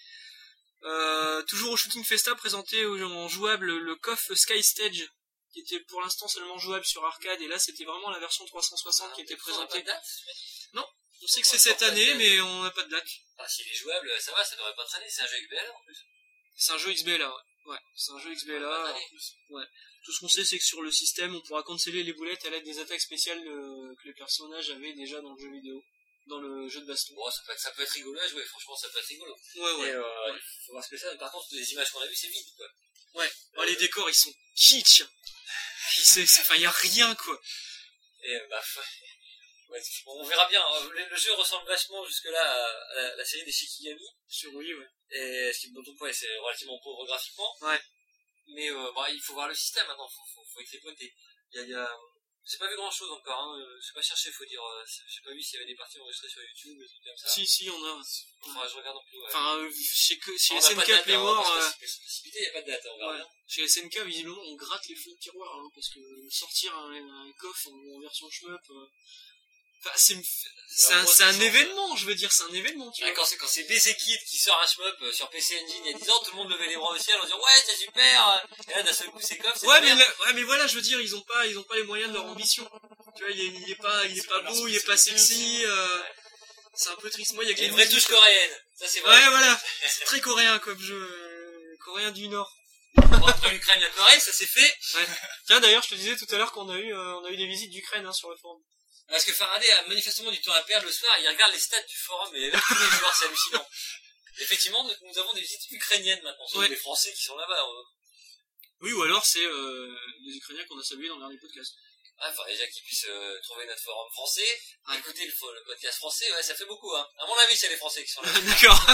Speaker 1: Euh, toujours au Shooting Festa, présenté au- en jouable le C O F Sky Stage, qui était pour l'instant seulement jouable sur arcade, et là c'était vraiment la version trois cent soixante qui était
Speaker 2: On a pas
Speaker 1: présentée.
Speaker 2: de date.
Speaker 1: On sait que c'est cette année, mais on n'a pas de date.
Speaker 2: Ah, s'il est jouable, ça va, ça devrait pas traîner, c'est un jeu X B L en plus.
Speaker 1: C'est un jeu X B L A, ouais. Ouais, c'est un jeu X B L A.
Speaker 2: Pas traîner.
Speaker 1: Tout ce qu'on sait, c'est que sur le système, on pourra canceller les boulettes à l'aide des attaques spéciales euh, que les personnages avaient déjà dans le jeu vidéo, dans le jeu de baston.
Speaker 2: Bon, ça peut être, ça peut être rigolo à jouer, franchement, ça peut être rigolo.
Speaker 1: Ouais,
Speaker 2: Et,
Speaker 1: ouais.
Speaker 2: euh,
Speaker 1: ouais.
Speaker 2: faut voir ce que ça. Par contre, les images qu'on a vues, c'est vide, quoi.
Speaker 1: Ouais. Oh, les décors, ils sont kitsch. Puis c'est, c'est, enfin, y a rien, quoi.
Speaker 2: Et, euh, bah, ouais. Ouais, on verra bien. Le, le jeu ressemble vachement jusque-là à, à la, à la série des Shikigami.
Speaker 1: Sur Wii, ouais.
Speaker 2: Et ce qui, donc, ouais, c'est relativement pauvre graphiquement.
Speaker 1: Ouais.
Speaker 2: Mais, euh, bah, il faut voir le système maintenant, faut, faut, faut exécuter. Il y a, il y a, j'ai pas vu grand chose encore, hein. J'ai pas cherché, faut dire, euh, j'ai pas vu s'il y avait des parties enregistrées sur YouTube, des trucs comme ça.
Speaker 1: Si, si, on a.
Speaker 2: Faudra que je regarde un peu, ouais.
Speaker 1: Enfin, euh, chez, que, chez
Speaker 2: On a pas
Speaker 1: S N K
Speaker 2: de date, hein, on va
Speaker 1: Playmore,
Speaker 2: pas
Speaker 1: euh,
Speaker 2: se précipiter, y a pas de date, on verra
Speaker 1: ouais.
Speaker 2: bien.
Speaker 1: Chez S N K, visiblement, on gratte les fonds de tiroir, hein, parce que sortir un, un coffre en, en version shmup, euh, Enfin, c'est, c'est un, c'est un événement, je veux dire, c'est un événement, tu
Speaker 2: ouais,
Speaker 1: vois.
Speaker 2: quand c'est, quand c'est B C Kid qui sort un shmup sur P C Engine il y a dix ans, tout le monde levait les bras au ciel en disant ouais, c'est super! Et là, d'un seul coup, c'est comme, c'est
Speaker 1: Ouais, mais, le, ouais, mais voilà, je veux dire, ils ont pas, ils ont pas les moyens de leur ambition. Tu vois, il est, il est pas, il est
Speaker 3: C'est
Speaker 1: pas
Speaker 3: pas
Speaker 1: beau,
Speaker 3: leur
Speaker 1: il est pas sexy, euh,
Speaker 2: Ouais.
Speaker 1: c'est un peu triste. Moi, il y a que
Speaker 2: Il y a
Speaker 1: les
Speaker 2: une vraie
Speaker 1: musiques.
Speaker 2: touche coréenne, ça c'est vrai.
Speaker 1: Ouais, voilà. C'est très coréen comme jeu, euh, coréen du Nord.
Speaker 2: Entre l'Ukraine et la Corée, ça s'est fait.
Speaker 1: Ouais. Tiens, d'ailleurs, je te disais tout à l'heure qu'on a eu, euh, on a eu des visites d'Ukraine, hein, sur le forum.
Speaker 2: Parce que Faraday a manifestement du temps à perdre le soir, il regarde les stats du forum et là, tous les jours, c'est hallucinant. Effectivement, nous, nous avons des visites ukrainiennes maintenant, ce sont
Speaker 1: Ouais.
Speaker 2: des Français qui sont là-bas. euh.
Speaker 1: Oui, ou alors c'est, euh, les Ukrainiens qu'on a salués dans le dernier podcast.
Speaker 2: Ah, enfin, déjà qu'ils puissent euh, trouver notre forum français,
Speaker 1: Ouais.
Speaker 2: écouter le, fo- le podcast français, ouais, ça fait beaucoup, hein. À mon avis, c'est les Français qui sont là.
Speaker 1: D'accord.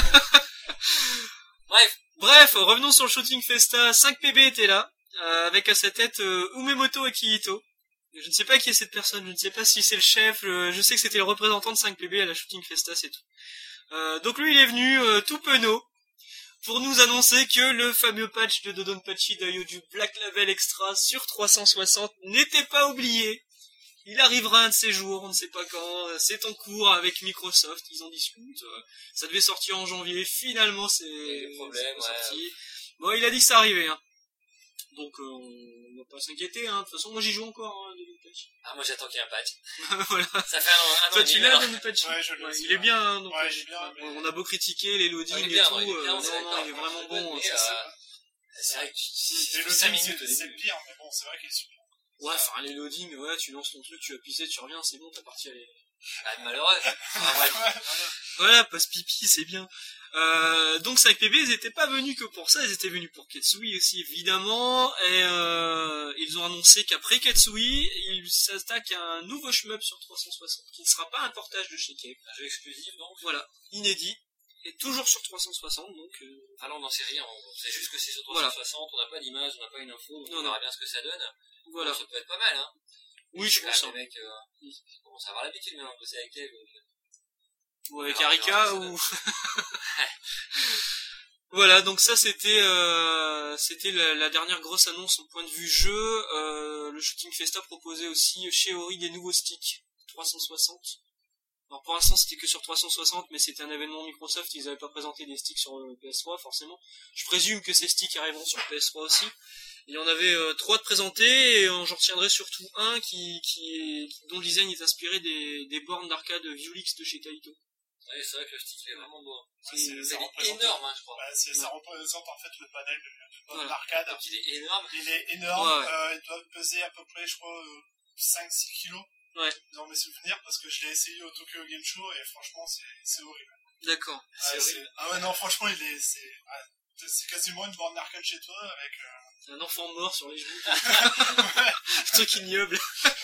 Speaker 2: Bref,
Speaker 1: Bref, revenons sur le Shooting Festa. cinq P B était là, euh, avec à sa tête euh, Umemoto Akihito. Je ne sais pas qui est cette personne, je ne sais pas si c'est le chef, le- je sais que c'était le représentant de cinq P B à la Shooting Festa, c'est tout. Euh, donc lui, il est venu euh, tout penaud pour nous annoncer que le fameux patch de Dodonpachi d'Ayoju Black Label Extra sur trois cent soixante n'était pas oublié. Il arrivera un de ces jours, on ne sait pas quand, euh, c'est en cours avec Microsoft, ils en discutent, euh, ça devait sortir en janvier, finalement c'est,
Speaker 2: des problèmes,
Speaker 1: c'est pas
Speaker 2: ouais.
Speaker 1: sorti. Bon, il a dit que ça arrivait, hein. Donc euh, on va pas s'inquiéter, hein. De toute façon, moi j'y joue encore, hein, Dodonpachi.
Speaker 2: ah, moi j'attends qu'il y ait un patch.
Speaker 1: Voilà.
Speaker 2: Ça fait un an, un an
Speaker 1: Toi
Speaker 2: et
Speaker 1: tu
Speaker 2: demi,
Speaker 1: l'as,
Speaker 2: alors.
Speaker 1: Dodonpachi?
Speaker 3: Ouais, je l'ai
Speaker 1: Ouais,
Speaker 3: aussi,
Speaker 1: il est
Speaker 3: ouais.
Speaker 1: bien, hein, donc,
Speaker 3: Ouais,
Speaker 1: euh,
Speaker 3: il est bien, mais-
Speaker 1: on a beau critiquer les loadings
Speaker 2: Ah, il est
Speaker 1: et
Speaker 2: bien,
Speaker 1: tout,
Speaker 2: ouais, il est bien,
Speaker 1: euh,
Speaker 2: on est
Speaker 1: non, non,
Speaker 2: d'accord.
Speaker 1: il est vraiment bon,
Speaker 2: Mais,
Speaker 1: ça,
Speaker 2: euh,
Speaker 1: c'est-
Speaker 2: C'est vrai que c'est
Speaker 3: Et le
Speaker 2: cinq
Speaker 3: film,
Speaker 2: minutes au
Speaker 3: c'est c'est le
Speaker 2: début.
Speaker 3: pire, mais bon, c'est vrai qu'il est super.
Speaker 1: Ouais, enfin, les loadings, ouais, tu lances ton truc, tu vas pisser, tu reviens, c'est bon, t'as parti aller.
Speaker 2: Ah, malheureux. Ah, bref.
Speaker 3: Ouais, voilà.
Speaker 1: Voilà, passe pipi, c'est bien. Euh, donc cinq P B, ils étaient pas venus que pour ça, ils étaient venus pour Ketsui aussi, évidemment, et euh, ils ont annoncé qu'après Ketsui, ils s'attaquent à un nouveau shmup sur trois cent soixante, qui ne sera pas un portage de chez Cave.
Speaker 2: Un jeu exclusif, donc.
Speaker 1: Voilà, inédit, et toujours sur trois cent soixante, donc... Euh...
Speaker 2: Ah non, on n'en sait rien, on sait juste que c'est sur
Speaker 1: Voilà.
Speaker 2: trois cent soixante, on n'a pas d'image, on n'a pas une info, donc
Speaker 1: Non,
Speaker 2: on
Speaker 1: non.
Speaker 2: verra bien ce que ça donne.
Speaker 1: Voilà.
Speaker 2: Bon, ça peut être pas mal, hein.
Speaker 1: Oui, je
Speaker 2: C'est
Speaker 1: pense.
Speaker 2: quand même
Speaker 1: Hein.
Speaker 2: des mecs, euh, qui commencent à avoir l'habitude maintenant de bosser avec elle. donc, euh,
Speaker 1: Ou avec
Speaker 2: Alors,
Speaker 1: Arika,
Speaker 2: alors,
Speaker 1: ou... Voilà, donc ça c'était euh, c'était la, la dernière grosse annonce au point de vue jeu. Euh, le Shooting Festa proposait aussi chez Ori des nouveaux sticks trois cent soixante. Alors pour l'instant c'était que sur trois cent soixante, mais c'était un événement Microsoft, ils n'avaient pas présenté des sticks sur le P S trois forcément. Je présume que ces sticks arriveront sur P S trois aussi. Il y en avait euh, trois de présentés, et euh, j'en retiendrai surtout un qui, qui est, qui- dont le design est inspiré des, des bornes d'arcade Viewlix de chez Taito.
Speaker 2: Ouais, c'est vrai que le stick est vraiment beau. hein.
Speaker 3: Ouais,
Speaker 1: C'est-
Speaker 3: c'est-
Speaker 2: C'est
Speaker 3: ça représente-
Speaker 2: énorme, hein, je crois.
Speaker 3: Bah, c'est- ça représente en fait le panel de, de borne
Speaker 1: Voilà.
Speaker 3: d'arcade.
Speaker 2: Donc il est énorme.
Speaker 3: Il est énorme,
Speaker 1: Ouais, ouais.
Speaker 3: euh, il doit peser à peu près, je crois, euh, cinq six kilos.
Speaker 1: Ouais.
Speaker 3: Dans mes souvenirs, parce que je l'ai essayé au Tokyo Game Show et franchement, c'est c'est horrible.
Speaker 1: D'accord.
Speaker 3: Ah,
Speaker 2: C'est
Speaker 3: c'est-
Speaker 2: horrible.
Speaker 3: ah ouais, non, franchement, il est, c'est, ouais, c'est quasiment une borne d'arcade chez toi avec, euh,
Speaker 1: C'est un enfant mort sur les genoux.
Speaker 3: ouais.
Speaker 1: Un truc ignoble.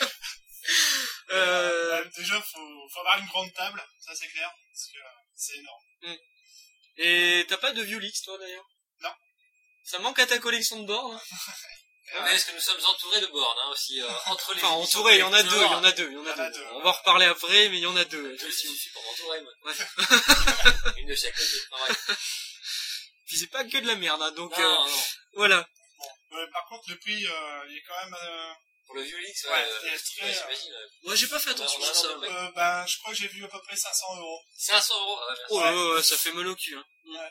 Speaker 3: Euh,
Speaker 1: euh,
Speaker 3: ouais, déjà, faut, faut avoir une grande table, ça c'est clair, parce que euh, c'est énorme.
Speaker 1: Et t'as pas de Viewlix, toi, d'ailleurs?
Speaker 3: Non.
Speaker 1: Ça manque à ta collection de bornes, hein?
Speaker 2: Mais est-ce que nous sommes entourés de bornes, hein, aussi, euh, entre les...
Speaker 1: Enfin,
Speaker 2: éditions
Speaker 1: entouré, il y en a deux, il y
Speaker 2: collector.
Speaker 1: en a deux, il y en
Speaker 3: Il y en
Speaker 1: a
Speaker 3: a
Speaker 1: deux.
Speaker 3: deux,
Speaker 1: On
Speaker 3: ouais.
Speaker 1: va en reparler après, mais il y en a deux,
Speaker 2: Je me
Speaker 1: effectivement.
Speaker 2: suffit pour m'entourer, moi.
Speaker 1: Ouais.
Speaker 2: Une de chaque côté. Ah, ouais.
Speaker 1: Puis c'est pas que de la merde, hein, donc,
Speaker 2: Non,
Speaker 1: euh,
Speaker 2: non, non.
Speaker 1: voilà.
Speaker 3: Bon. Euh, par contre, le prix, euh, il est quand même, euh,
Speaker 2: Pour le Viewlix, ouais,
Speaker 3: Ouais,
Speaker 2: euh,
Speaker 3: c'est
Speaker 2: le stick, ouais,
Speaker 3: très,
Speaker 2: j'imagine. euh,
Speaker 1: Moi, j'ai pas fait attention
Speaker 2: on a
Speaker 1: à ça.
Speaker 2: un
Speaker 1: Ouais.
Speaker 3: euh, ben, je crois que j'ai vu à peu près cinq cents euros.
Speaker 2: cinq cents euros. Ah, ouais, merci.
Speaker 1: Oh là là, ça fait mal au cul, hein.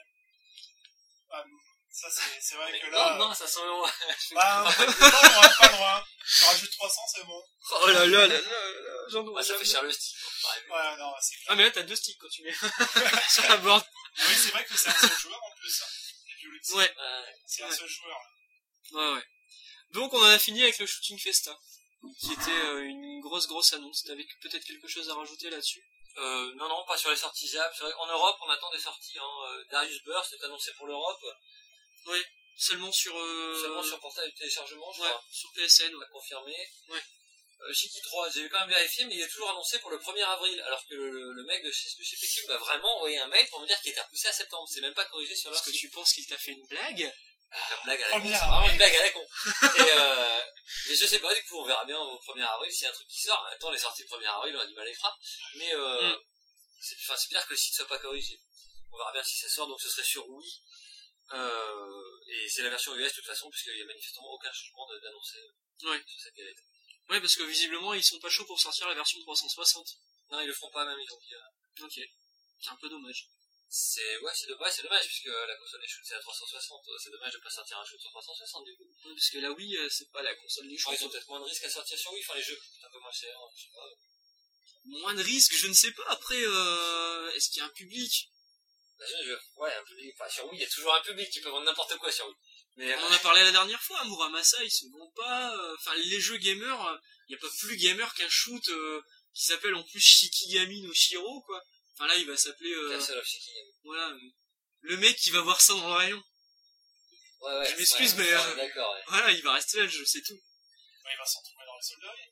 Speaker 3: Ah, ça, c'est, c'est vrai
Speaker 2: Mais
Speaker 3: que
Speaker 2: non,
Speaker 3: là,
Speaker 2: non, cinq cents euros.
Speaker 3: bah, pas loin, pas loin. Tu rajoutes trois cents, c'est bon.
Speaker 1: Oh là là là là là, j'en
Speaker 2: Ah,
Speaker 1: aurais
Speaker 2: ça fait
Speaker 1: jamais.
Speaker 2: cher le stick. pareil.
Speaker 3: Ouais, non, c'est clair.
Speaker 1: Ah, mais là, t'as deux sticks quand tu mets sur la board.
Speaker 3: Oui, c'est vrai que c'est un seul joueur en plus, hein. Les Viewlix.
Speaker 1: Ouais,
Speaker 2: Ouais.
Speaker 3: C'est un
Speaker 1: Ouais.
Speaker 3: seul joueur.
Speaker 1: ouais, ouais. Donc, on en a fini avec le Shooting Festa, qui était euh, une grosse, grosse annonce. T'avais peut-être quelque chose à rajouter là-dessus?
Speaker 2: Euh, non, non, pas sur les sorties Zap. C'est vrai qu'en Europe, on attend des sorties, hein. Euh, Darius Burst est annoncé pour l'Europe.
Speaker 1: Oui, seulement sur... Euh...
Speaker 2: Seulement sur portail de téléchargement, je
Speaker 1: Ouais,
Speaker 2: crois.
Speaker 1: sur P S N,
Speaker 2: On
Speaker 1: ouais.
Speaker 2: l'a confirmé.
Speaker 1: Ouais.
Speaker 2: Euh, Shiki trois, j'ai quand même vérifié, mais il est toujours annoncé pour le premier avril, alors que le, le, le mec de chez, de chez P Q m'a vraiment envoyé un mail pour me dire qu'il était repoussé à septembre. C'est même pas corrigé sur leur
Speaker 1: Parce que
Speaker 2: site.
Speaker 1: tu penses qu'il t'a fait une blague?
Speaker 2: Ah, blague à la con,
Speaker 3: Premier
Speaker 2: c'est vraiment
Speaker 3: avril.
Speaker 2: une blague à la con. Et euh, mais je sais pas, du coup, on verra bien au premier avril s'il y a un truc qui sort. Attends, les sorties le premier avril, on a du mal à les faire. Mais euh,
Speaker 1: Mm.
Speaker 2: c'est, enfin, c'est bizarre que le site soit pas corrigé. On verra bien si ça sort, donc ce serait sur Wii. Euh, et c'est la version U S de toute façon, puisqu'il y a manifestement aucun changement de- d'annoncé
Speaker 1: Ouais.
Speaker 2: sur cette galette.
Speaker 1: Ouais, parce que visiblement, ils sont pas chauds pour sortir la version trois cent soixante.
Speaker 2: Non, ils le font pas même, ils ont dit. Euh...
Speaker 1: Ok. C'est un peu dommage.
Speaker 2: C'est, ouais, c'est dommage, c'est dommage, puisque la console des shoots c'est à trois cent soixante. C'est dommage de pas sortir un shoot sur trois cent soixante, du coup.
Speaker 1: Ouais, parce que la Wii, euh, c'est pas la console des shoots.
Speaker 2: Ouais, ils ont peut-être moins de risques à sortir sur Wii, enfin, les jeux coûtent un peu moins cher, je sais pas.
Speaker 1: Moins de risques, je ne sais pas. Après, euh, est-ce qu'il y a un public?
Speaker 2: Bah, je, je, ouais, un public, enfin, sur Wii, il y a toujours un public, tu peux vendre n'importe quoi sur Wii. Mais,
Speaker 1: on en a parlé la dernière fois, Muramasa, ils se vendent pas, enfin, euh, les jeux gamers, il euh, n'y a pas plus gamer qu'un shoot, euh, qui s'appelle en plus Shikigami no Shiro, quoi. Enfin, là, il va s'appeler, euh,
Speaker 2: Castle of Shikigami.
Speaker 1: Voilà. Le mec qui va voir ça dans le rayon.
Speaker 2: Ouais, ouais.
Speaker 1: Je m'excuse,
Speaker 2: ouais,
Speaker 1: mais,
Speaker 2: ouais,
Speaker 1: euh,
Speaker 2: d'accord, ouais.
Speaker 1: Voilà, il va rester là, le jeu, c'est tout.
Speaker 3: Ouais, il va s'en trouver dans les soldats.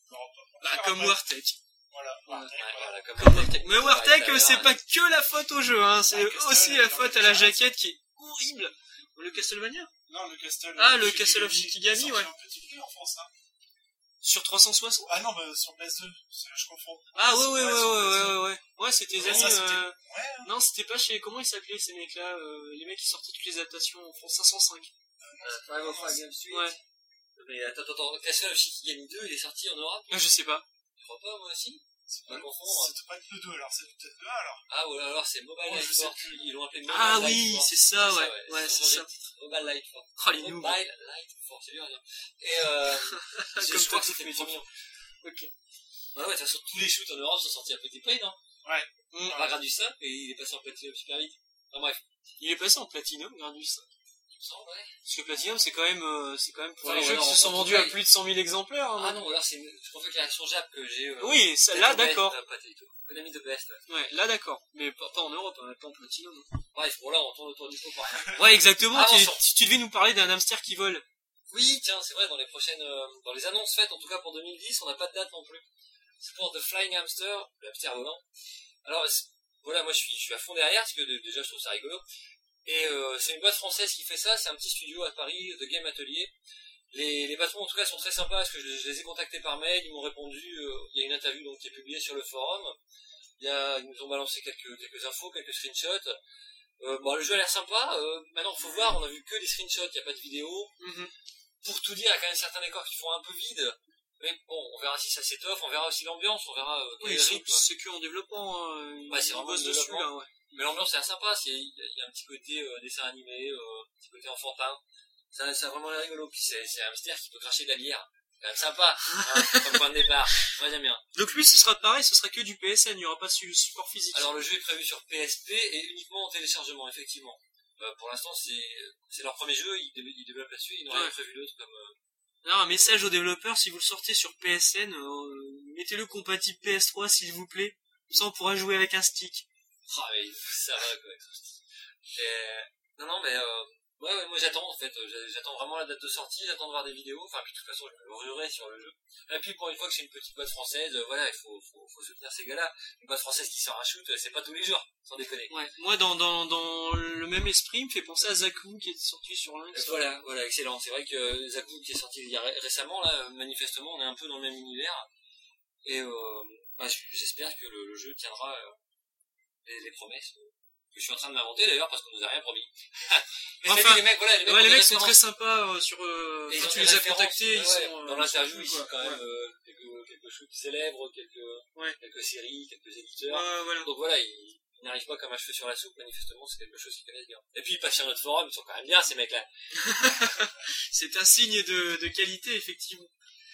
Speaker 1: Bah, comme Wartech.
Speaker 3: Voilà, Wartech,
Speaker 2: ouais,
Speaker 3: voilà.
Speaker 2: voilà, comme
Speaker 1: Comme
Speaker 2: Wartech.
Speaker 1: Wartech. Mais Wartech,
Speaker 2: Ouais,
Speaker 1: c'est
Speaker 2: ouais.
Speaker 1: pas que la faute au jeu, hein, c'est
Speaker 3: Ah,
Speaker 1: aussi
Speaker 3: Castle,
Speaker 1: la faute à la
Speaker 3: Castle,
Speaker 1: jaquette qui est horrible. Le Castlevania?
Speaker 3: Non, le Castle.
Speaker 1: Ah, le Castle of Shikigami, ouais.
Speaker 3: C'est un petit peu en France, hein.
Speaker 1: Sur trois cent soixante?
Speaker 3: Ah non, bah, sur P S deux, je confonds.
Speaker 1: Ah, ouais, ouais, ouais,
Speaker 3: sur
Speaker 1: ouais,
Speaker 3: P S deux.
Speaker 1: ouais, ouais, ouais. Ouais, c'était
Speaker 3: Ouais,
Speaker 1: amis,
Speaker 3: ça, c'était-
Speaker 1: euh...
Speaker 3: Ouais, hein.
Speaker 1: Non, c'était pas chez, comment ils s'appelaient, ces mecs-là, euh, les mecs qui sortaient toutes les adaptations en France cinq cent cinq.
Speaker 2: Euh, five oh five Game Street.
Speaker 1: Ouais.
Speaker 2: Mais attends, attends, attends, Castle of Shikigami deux, il est sorti en Europe?
Speaker 1: Ah, je sais pas.
Speaker 2: Je crois pas, moi aussi.
Speaker 3: C'est
Speaker 2: Pas
Speaker 3: pas
Speaker 2: confondre.
Speaker 3: C'était pas que le deux, alors c'est peut-être le un, alors.
Speaker 2: Ah, ou alors c'est Mobile
Speaker 3: Oh,
Speaker 2: Light
Speaker 3: je sais
Speaker 2: Force.
Speaker 3: plus.
Speaker 2: Ils l'ont appelé Mobile
Speaker 1: Ah
Speaker 2: Light
Speaker 1: oui,
Speaker 2: Force.
Speaker 1: c'est ça, ouais.
Speaker 2: Ils
Speaker 1: Ouais,
Speaker 2: ont
Speaker 1: c'est
Speaker 2: changé
Speaker 1: ça.
Speaker 2: le titre. Mobile Light Force.
Speaker 1: Oh, les noobs.
Speaker 2: Mobile Light Force, c'est bien à dire. Et euh, je,
Speaker 1: Comme
Speaker 2: je crois
Speaker 1: ça,
Speaker 2: que c'était trop mignon.
Speaker 1: Ok.
Speaker 2: Ouais, ouais, de toute façon, tous les shoots en Europe sont sortis à petit prix, non?
Speaker 3: Ouais.
Speaker 1: Mm.
Speaker 2: Par grade du simple, et il est passé en platinum super vite. Enfin bref.
Speaker 1: Il est passé en Platinum, Gradus.
Speaker 2: Il me semble, ouais.
Speaker 1: Parce que Platinum, c'est quand même, euh, c'est quand même pour
Speaker 2: Ah,
Speaker 1: les
Speaker 2: ouais,
Speaker 1: jeux
Speaker 2: non,
Speaker 1: qui se
Speaker 2: en
Speaker 1: sont
Speaker 2: tout
Speaker 1: vendus
Speaker 2: cas,
Speaker 1: à plus de cent mille exemplaires. Hein,
Speaker 2: Ah
Speaker 1: non
Speaker 2: non, alors c'est une... Je confie que la version Jap que j'ai... Euh...
Speaker 1: Oui, ça- là, d'accord.
Speaker 2: Euh, pas du tout. Konami de Best, ouais.
Speaker 1: Ouais, là, d'accord. Mais pas, pas en Europe, hein, pas en Platinum.
Speaker 2: Bref, bon là, on tourne autour du pot. par-
Speaker 1: Ouais, exactement.
Speaker 2: Ah,
Speaker 1: tu,
Speaker 2: attention.
Speaker 1: tu, tu devais nous parler d'un hamster qui vole.
Speaker 2: Oui, tiens, c'est vrai, dans les prochaines... Euh, dans les annonces faites, en tout cas pour deux mille dix, on n'a pas de date non plus. C'est pour The Flying Hamster, le hamster volant. Alors, voilà, moi je suis, je suis à fond derrière, parce que de, déjà je trouve ça rigolo. Et euh, c'est une boîte française qui fait ça, c'est un petit studio à Paris, The Game Atelier. Les, les patrons en tout cas sont très sympas, parce que je, je les ai contactés par mail, ils m'ont répondu, euh, il y a une interview donc qui est publiée sur le forum. Il y a, ils nous ont balancé quelques, quelques infos, quelques screenshots. Euh, bon, le jeu a l'air sympa, euh, maintenant faut voir, on a vu que des screenshots, il n'y a pas de vidéo.
Speaker 1: Mm-hmm.
Speaker 2: Pour tout dire, il y a quand même certains décors qui font un peu vide. Mais bon, on verra si ça s'étoffe, on verra aussi l'ambiance, on verra euh, quel
Speaker 1: Oui,
Speaker 2: est le rythme.
Speaker 1: c'est que en développement. Hein.
Speaker 2: Ouais, c'est vraiment
Speaker 1: bosse
Speaker 2: le
Speaker 1: dessus,
Speaker 2: développement.
Speaker 1: là, ouais.
Speaker 2: Mais l'ambiance est sympa, c'est, il y, a- il y a un petit côté euh, dessin animé, euh, un petit côté enfantin. Ça, ça a vraiment l'air rigolo. Puis c'est, c'est un hamster qui peut cracher de la bière. C'est quand même sympa, hein, comme point de départ. Moi j'aime bien.
Speaker 1: Donc lui, ce sera pareil, ce sera que du P S N, il n'y aura pas de support physique.
Speaker 2: Alors le jeu est prévu sur P S P et uniquement en téléchargement, effectivement. Euh, pour l'instant, c'est, c'est leur premier jeu, ils, dé- ils développent là-dessus, ils n'ont
Speaker 1: Ouais.
Speaker 2: rien prévu d'autre comme... Euh...
Speaker 1: Alors, un message aux développeurs, si vous le sortez sur P S N, euh, mettez-le compatible P S trois s'il vous plaît. Comme ça on pourra jouer avec un stick.
Speaker 2: Ah mais ça va quoi. Et... Non non mais euh... ouais, ouais moi j'attends en fait, j'attends vraiment la date de sortie, j'attends de voir des vidéos, enfin puis de toute façon je me ruerai sur le jeu. Et puis pour une fois que c'est une petite boîte française, euh, voilà, il faut, faut, faut soutenir ces gars-là. Une boîte française qui sort un shoot, c'est pas tous les jours, sans déconner.
Speaker 1: Ouais. Moi, dans, dans, dans le même esprit, il me fait penser à Zaku qui est sorti sur Lynx.
Speaker 2: Euh, Voilà, voilà, excellent. C'est vrai que Zaku qui est sorti il y a ré- récemment, là, manifestement, on est un peu dans le même univers. Et euh, bah, j'espère que le, le jeu tiendra euh, les, les promesses euh, que je suis en train de m'inventer d'ailleurs parce qu'on nous a rien promis. Mais
Speaker 1: Enfin,
Speaker 2: cela dit, les mecs, voilà, les mecs,
Speaker 1: Ouais,
Speaker 2: ont
Speaker 1: les
Speaker 2: des
Speaker 1: mecs sont
Speaker 2: références.
Speaker 1: très sympas euh, sur. Euh,
Speaker 2: Et ils
Speaker 1: quand
Speaker 2: ont
Speaker 1: tu
Speaker 2: des
Speaker 1: les as
Speaker 2: références,
Speaker 1: contactés,
Speaker 2: ouais,
Speaker 1: ils sont. euh,
Speaker 2: dans
Speaker 1: ils
Speaker 2: l'interview,
Speaker 1: sont
Speaker 2: ils
Speaker 1: cool,
Speaker 2: sont
Speaker 1: quoi.
Speaker 2: quand même
Speaker 1: Ouais.
Speaker 2: euh, quelques, quelques shoots célèbres, quelques,
Speaker 1: Ouais.
Speaker 2: quelques séries, quelques éditeurs.
Speaker 1: Ouais, voilà.
Speaker 2: Donc voilà, ils, ils n'arrivent pas comme un cheveu sur la soupe, manifestement, c'est quelque chose qu'ils connaissent bien. Et puis ils passent sur notre forum, ils sont quand même bien, ces mecs-là.
Speaker 1: C'est un signe de, de qualité, effectivement.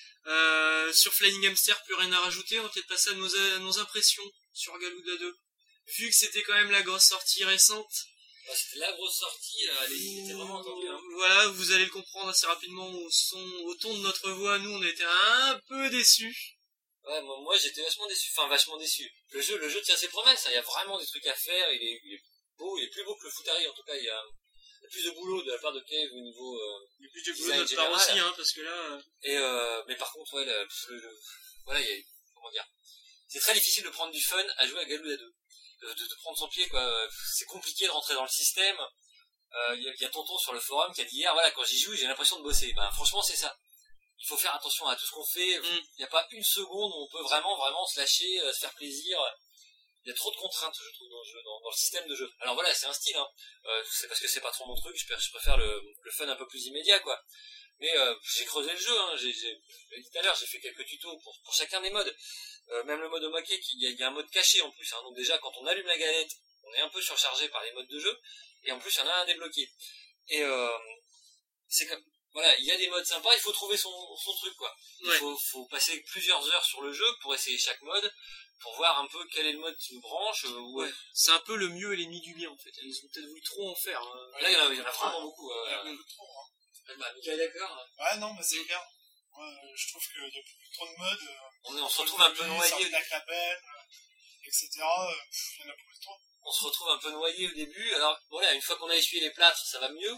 Speaker 1: Euh, sur Flying Hamster, plus rien à rajouter. On va peut-être passer à nos, à nos impressions sur Galouda deux. Vu que c'était quand même la grosse sortie récente.
Speaker 2: Ouais, c'était la grosse sortie, euh, elle était vraiment attendue, hein.
Speaker 1: Voilà, vous allez le comprendre assez rapidement au son, au ton de notre voix. Nous, on était un peu déçus.
Speaker 2: Ouais, moi, moi j'étais vachement déçu, enfin vachement déçu. Le jeu, le jeu tient ses promesses, hein. Il y a vraiment des trucs à faire, il est, il est beau, il est plus beau que le Futari, en tout cas, il y a, il y a plus de boulot de la part de Cave au niveau, euh,
Speaker 1: Il y a plus de boulot
Speaker 2: design
Speaker 1: de notre part
Speaker 2: général.
Speaker 1: aussi, hein, parce que là... euh,
Speaker 2: Et euh, mais par contre, ouais, le, le, le- voilà, il y a, comment dire, c'est très difficile de prendre du fun à jouer à Galouda deux. De, de, de prendre son pied, quoi. C'est compliqué de rentrer dans le système. Euh, Il y, a, il y a Tonton sur le forum qui a dit hier, voilà, quand j'y joue, j'ai l'impression de bosser. Ben, franchement, c'est ça. Il faut faire attention à tout ce qu'on fait.
Speaker 1: Mm.
Speaker 2: Il n'y a pas une seconde où on peut vraiment, vraiment se lâcher, euh, se faire plaisir. Il y a trop de contraintes, je trouve, dans le jeu, dans, dans le système de jeu. Alors voilà, c'est un style, hein. Euh, c'est parce que c'est pas trop mon truc, je, je préfère le, le fun un peu plus immédiat, quoi. Mais euh, j'ai creusé le jeu, hein. j'ai, j'ai, je l'ai dit tout à l'heure, j'ai fait quelques tutos pour, pour chacun des modes. Euh, même le mode Omake, il y, a, il y a un mode caché en plus. Hein. Donc déjà, quand on allume la galette, on est un peu surchargé par les modes de jeu. Et en plus, il y en a un débloqué. Et euh, c'est comme... Voilà, il y a des modes sympas, il faut trouver son, son truc, quoi. Il ouais. faut, faut passer plusieurs heures sur le jeu pour essayer chaque mode, pour voir un peu quel est le mode qui nous branche. Euh, ouais.
Speaker 1: ouais. C'est un peu le mieux et l'ennemi du bien, en fait. Ils ont peut-être voulu trop en faire. Hein.
Speaker 2: Là, il y en a, il y en a vraiment beaucoup. Euh,
Speaker 3: il y en a beaucoup trop, hein.
Speaker 2: Bah, Mika est d'accord.
Speaker 3: Ouais, non, mais c'est clair. Moi, je trouve qu'il y a beaucoup trop de modes. Euh,
Speaker 2: on, est, on se retrouve un peu noyé.
Speaker 3: Black Label, euh, et cetera. Euh, il y en a beaucoup trop.
Speaker 2: On se retrouve un peu noyé au début. Alors, voilà, une fois qu'on a essuyé les plâtres, ça va mieux.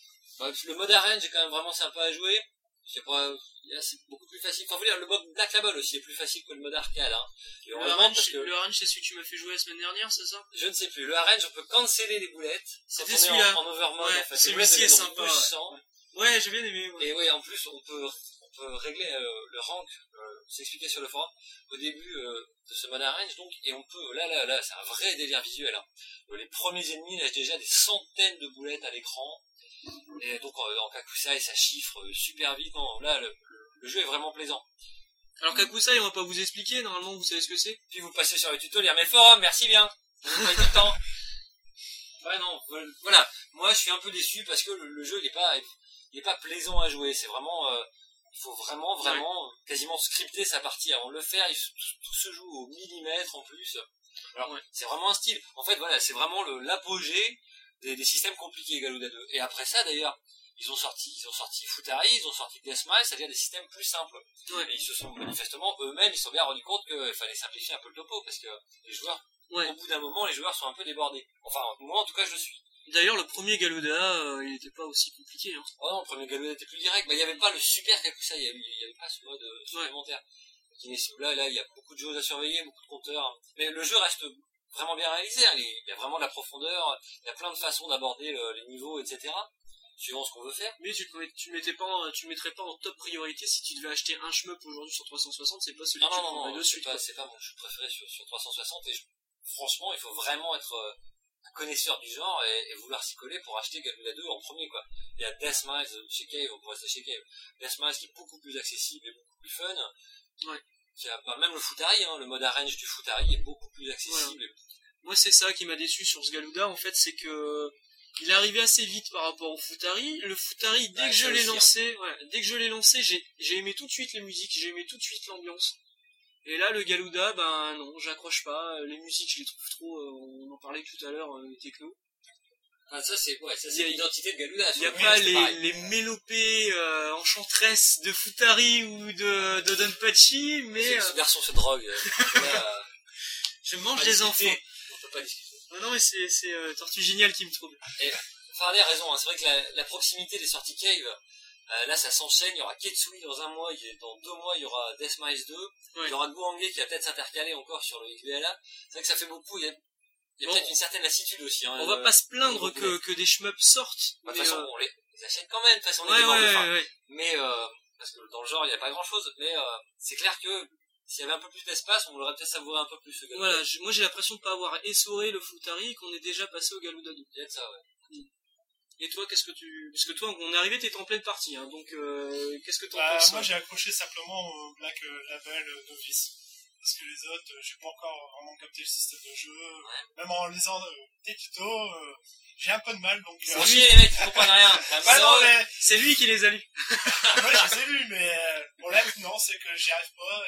Speaker 2: Le mode arène, j'ai quand même vraiment sympa à jouer. C'est pas, c'est beaucoup plus facile. Enfin, vous dire, le mode Black Label aussi est plus facile que le mode arcade, hein.
Speaker 1: Le arène, parce que... le arène, c'est celui que tu m'as fait jouer la semaine dernière, c'est ça?
Speaker 2: Je ne sais plus. Le arène, on peut canceller les boulettes.
Speaker 1: C'était celui-là.
Speaker 2: En, en overmode,
Speaker 1: ouais,
Speaker 2: en fait.
Speaker 1: Celui-ci est sympa.
Speaker 2: Ouais,
Speaker 1: ouais j'ai bien aimé, ouais.
Speaker 2: Et ouais, en plus, on peut, on peut régler euh, le rank, euh, c'est expliqué sur le forum, au début euh, de ce mode arène, donc, et on peut, là, là, là, c'est un vrai délire visuel, hein. Les premiers ennemis lâchent déjà des centaines de boulettes à l'écran. Et donc en, en Kakusai ça chiffre super vite. Non, là le, le jeu est vraiment plaisant.
Speaker 1: Alors Kakusai on va pas vous expliquer, normalement vous savez ce que c'est.
Speaker 2: Puis vous passez sur le tuto, lire mes forums, merci bien. Vous avez pas eu de temps. Ouais non, voilà. Moi je suis un peu déçu parce que le, le jeu il est pas, il est pas plaisant à jouer. C'est vraiment, euh, il faut vraiment vraiment ouais. quasiment scripter sa partie avant de le faire. Il, tout, tout se joue au millimètre en plus. Alors ouais. c'est vraiment un style. En fait voilà, c'est vraiment le, l'apogée. Des, des systèmes compliqués, Galuda deux. Et après ça, d'ailleurs, ils ont sorti, ils ont sorti Futari, ils ont sorti Deathmatch, c'est-à-dire des systèmes plus simples. Ouais. Et ils se sont manifestement, eux-mêmes, ils se sont bien rendus compte qu'il fallait simplifier un peu le topo, parce que les joueurs, ouais. au bout d'un moment, les joueurs sont un peu débordés. Enfin, moi, en tout cas, je le suis.
Speaker 1: D'ailleurs, le premier Galuda, euh, il n'était pas aussi compliqué, hein.
Speaker 2: Oh non, le premier Galuda était plus direct, mais il n'y avait pas le super Kakusai, il n'y avait, avait pas ce mode euh, supplémentaire. Ouais. Là, là, il y a beaucoup de choses à surveiller, beaucoup de compteurs. Mais le jeu reste vraiment bien réalisé, hein. Il y a vraiment de la profondeur, il y a plein de façons d'aborder le, les niveaux, et cetera. Suivant ce qu'on veut faire.
Speaker 1: Mais tu ne tu mettais pas, tu mettrais pas en top priorité si tu devais acheter un shmup aujourd'hui sur trois cent soixante, c'est pas celui
Speaker 2: non,
Speaker 1: que tu
Speaker 2: non,
Speaker 1: prendrais
Speaker 2: non,
Speaker 1: de suite.
Speaker 2: C'est pas, c'est pas mon jeu préféré sur, sur trois cent soixante et je, franchement, il faut vraiment être euh, un connaisseur du genre et, et vouloir s'y coller pour acheter Galuda deux en premier, quoi. Il y a Deathmatch chez Cave, on pourrait rester chez Cave. Deathmatch qui est beaucoup plus accessible et beaucoup plus fun.
Speaker 1: Ouais.
Speaker 2: Il y a, bah, même le Futari, hein, le mode arrange du Futari est beaucoup plus accessible.
Speaker 1: Ouais. Moi, c'est ça qui m'a déçu sur ce Galuda, en fait, c'est que il est arrivé assez vite par rapport au Futari. Le Futari, dès ouais, que je l'ai lancé, ouais, dès que je l'ai lancé, j'ai, j'ai aimé tout de suite les musiques, j'ai aimé tout de suite l'ambiance. Et là, le Galuda, ben non, j'accroche pas. Les musiques, je les trouve trop. Euh, on en parlait tout à l'heure, euh, les techno.
Speaker 2: Ah, ça c'est, ouais, ça c'est l'identité de Galuda.
Speaker 1: Il n'y a pas les, les mélopées euh, enchanteresses de Futari ou de, de Donpachi, mais...
Speaker 2: Ce euh... garçon se drogue. Euh, là,
Speaker 1: je mange des enfants.
Speaker 2: On peut pas discuter.
Speaker 1: Non, non mais c'est, c'est euh, Tortue Géniale qui me trouble.
Speaker 2: Et Farley a raison, hein, c'est vrai que la, la proximité des sorties Cave, euh, là ça s'enchaîne, il y aura Ketsui dans un mois, il, dans deux mois il y aura Deathmatch deux, ouais. Il y aura Gouangé qui va peut-être s'intercaler encore sur le X B L A, c'est vrai que ça fait beaucoup, il y a, il y a bon, peut-être une certaine lassitude aussi. Hein,
Speaker 1: on va euh, pas se plaindre que, que des shmups sortent.
Speaker 2: Bah, de toute façon, euh... on les, les achète quand même, de toute façon on
Speaker 1: ouais,
Speaker 2: est
Speaker 1: ouais,
Speaker 2: de
Speaker 1: ouais,
Speaker 2: faim.
Speaker 1: Ouais.
Speaker 2: Mais euh, parce que dans le genre il n'y a pas grand chose, mais euh, c'est clair que s'il y avait un peu plus d'espace, on l'aurait peut-être savouré un peu plus. Le
Speaker 1: voilà, je, moi j'ai l'impression de pas avoir essoré le Futari et qu'on est déjà passé au Galuda deux.
Speaker 2: Il y a de ça, ouais.
Speaker 1: Mm. Et toi, qu'est-ce que tu... Parce que toi, on est arrivé, t'étais en pleine partie, hein, donc euh, qu'est-ce que t'en
Speaker 3: bah,
Speaker 1: penses?
Speaker 3: Moi j'ai accroché simplement au Black Label Novice. Parce que les autres, j'ai pas encore vraiment capté le système de jeu. Ouais. Même en lisant euh, des tutos, euh, j'ai un peu de mal. Donc,
Speaker 2: c'est euh... lui les mecs qui comprennent rien.
Speaker 3: bah non, mais...
Speaker 1: C'est lui qui les a lus.
Speaker 3: Moi je les ai lus, mais euh, le problème, non, c'est que j'y arrive pas.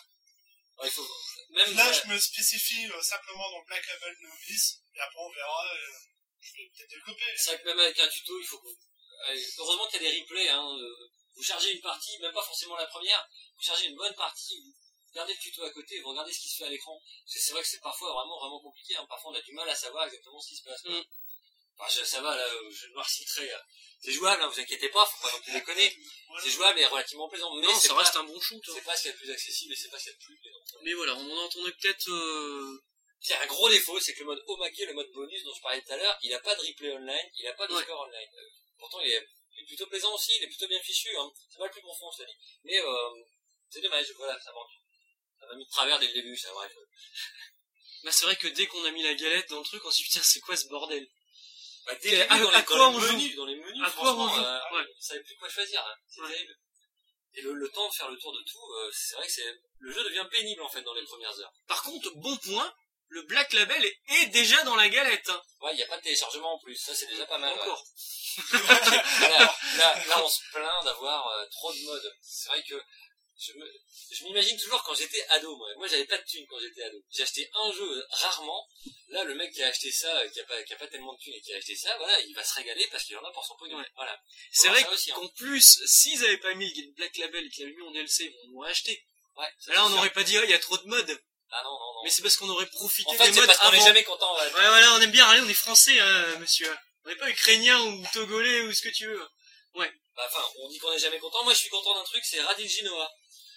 Speaker 3: Et...
Speaker 2: Ouais, il faut... Même
Speaker 3: là,
Speaker 2: ouais.
Speaker 3: je me spécifie euh, simplement dans Black Label Novice. Et après, on verra. Euh, je vais peut-être développer.
Speaker 2: C'est vrai que même avec un tuto, il faut que... Allez, heureusement qu'il y a des replays. Hein. Vous chargez une partie, même pas forcément la première. Vous chargez une bonne partie. Vous regardez le tuto à côté, vous regardez ce qui se fait à l'écran. Parce que c'est vrai que c'est parfois vraiment, vraiment compliqué. Hein. Parfois, on a du mal à savoir exactement ce qui se passe. Mm. Enfin, je, ça va, là, je noircis très... C'est jouable, hein, vous inquiétez pas, faut pas non plus déconner. Voilà. C'est jouable et relativement plaisant. Mais
Speaker 1: non,
Speaker 2: c'est
Speaker 1: ça
Speaker 2: pas,
Speaker 1: reste un bon shoot. Hein.
Speaker 2: C'est pas ce qu'il y a de plus accessible et c'est pas ce qu'il y a de plus plaisant.
Speaker 1: Mais voilà, on en entendait peut-être... Euh...
Speaker 2: Il y a un gros défaut, c'est que le mode Omake, le mode bonus dont je parlais tout à l'heure, il a pas de replay online, il a pas de ouais. score online. Euh, pourtant, il est, il est plutôt plaisant aussi, il est plutôt bien fichu. Hein. C'est pas le plus profond, je te dis. Mais euh, c'est dommage, voilà, ça manque. Ça m'a mis de travers dès le début, ça, bref.
Speaker 1: Bah c'est vrai que dès qu'on a mis la galette dans le truc, on s'est dit putain c'est quoi ce bordel.
Speaker 2: Bah, dès le début,
Speaker 1: à,
Speaker 2: dans,
Speaker 1: à
Speaker 2: les,
Speaker 1: quoi
Speaker 2: dans
Speaker 1: on
Speaker 2: les
Speaker 1: joue
Speaker 2: menus, dans les menus,
Speaker 1: À quoi on
Speaker 2: franchement,
Speaker 1: joue
Speaker 2: euh,
Speaker 1: ouais.
Speaker 2: on savait plus quoi choisir. Hein. C'est
Speaker 1: ouais.
Speaker 2: terrible. Et le, le temps de faire le tour de tout, euh, c'est vrai que c'est le jeu devient pénible en fait dans les premières heures.
Speaker 1: Par contre, bon point, le Black Label est, est déjà dans la galette. Hein.
Speaker 2: Ouais, il n'y a pas de téléchargement en plus, ça c'est déjà pas mal.
Speaker 1: Encore.
Speaker 2: Ouais. là, là, là, on se plaint d'avoir euh, trop de modes. C'est vrai que je, me, je m'imagine toujours quand j'étais ado. Moi, moi j'avais pas de thunes quand j'étais ado. J'ai acheté un jeu rarement. Là, le mec qui a acheté ça, qui a pas, qui a pas tellement de thunes et qui a acheté ça, voilà, il va se régaler parce qu'il en a pour son pognon. Ouais. Voilà.
Speaker 1: C'est vrai
Speaker 2: aussi,
Speaker 1: qu'en
Speaker 2: hein.
Speaker 1: plus, s'ils avaient pas mis le Black Label et qu'ils avaient mis en D L C, on l'aurait acheté.
Speaker 2: Ouais,
Speaker 1: là, on n'aurait pas dit, oh, il y a trop de modes.
Speaker 2: Ah non, non, non.
Speaker 1: Mais c'est parce qu'on aurait profité
Speaker 2: en fait,
Speaker 1: des
Speaker 2: c'est
Speaker 1: modes
Speaker 2: parce qu'on
Speaker 1: avant.
Speaker 2: est jamais content. Ouais,
Speaker 1: ouais, voilà, on aime bien. Allez, on est français, hein, monsieur. On n'est pas ukrainien ou togolais ou ce que tu veux. Ouais.
Speaker 2: Bah, enfin, on dit qu'on est jamais content. Moi, je suis content d'un truc, c'est Radin Noah,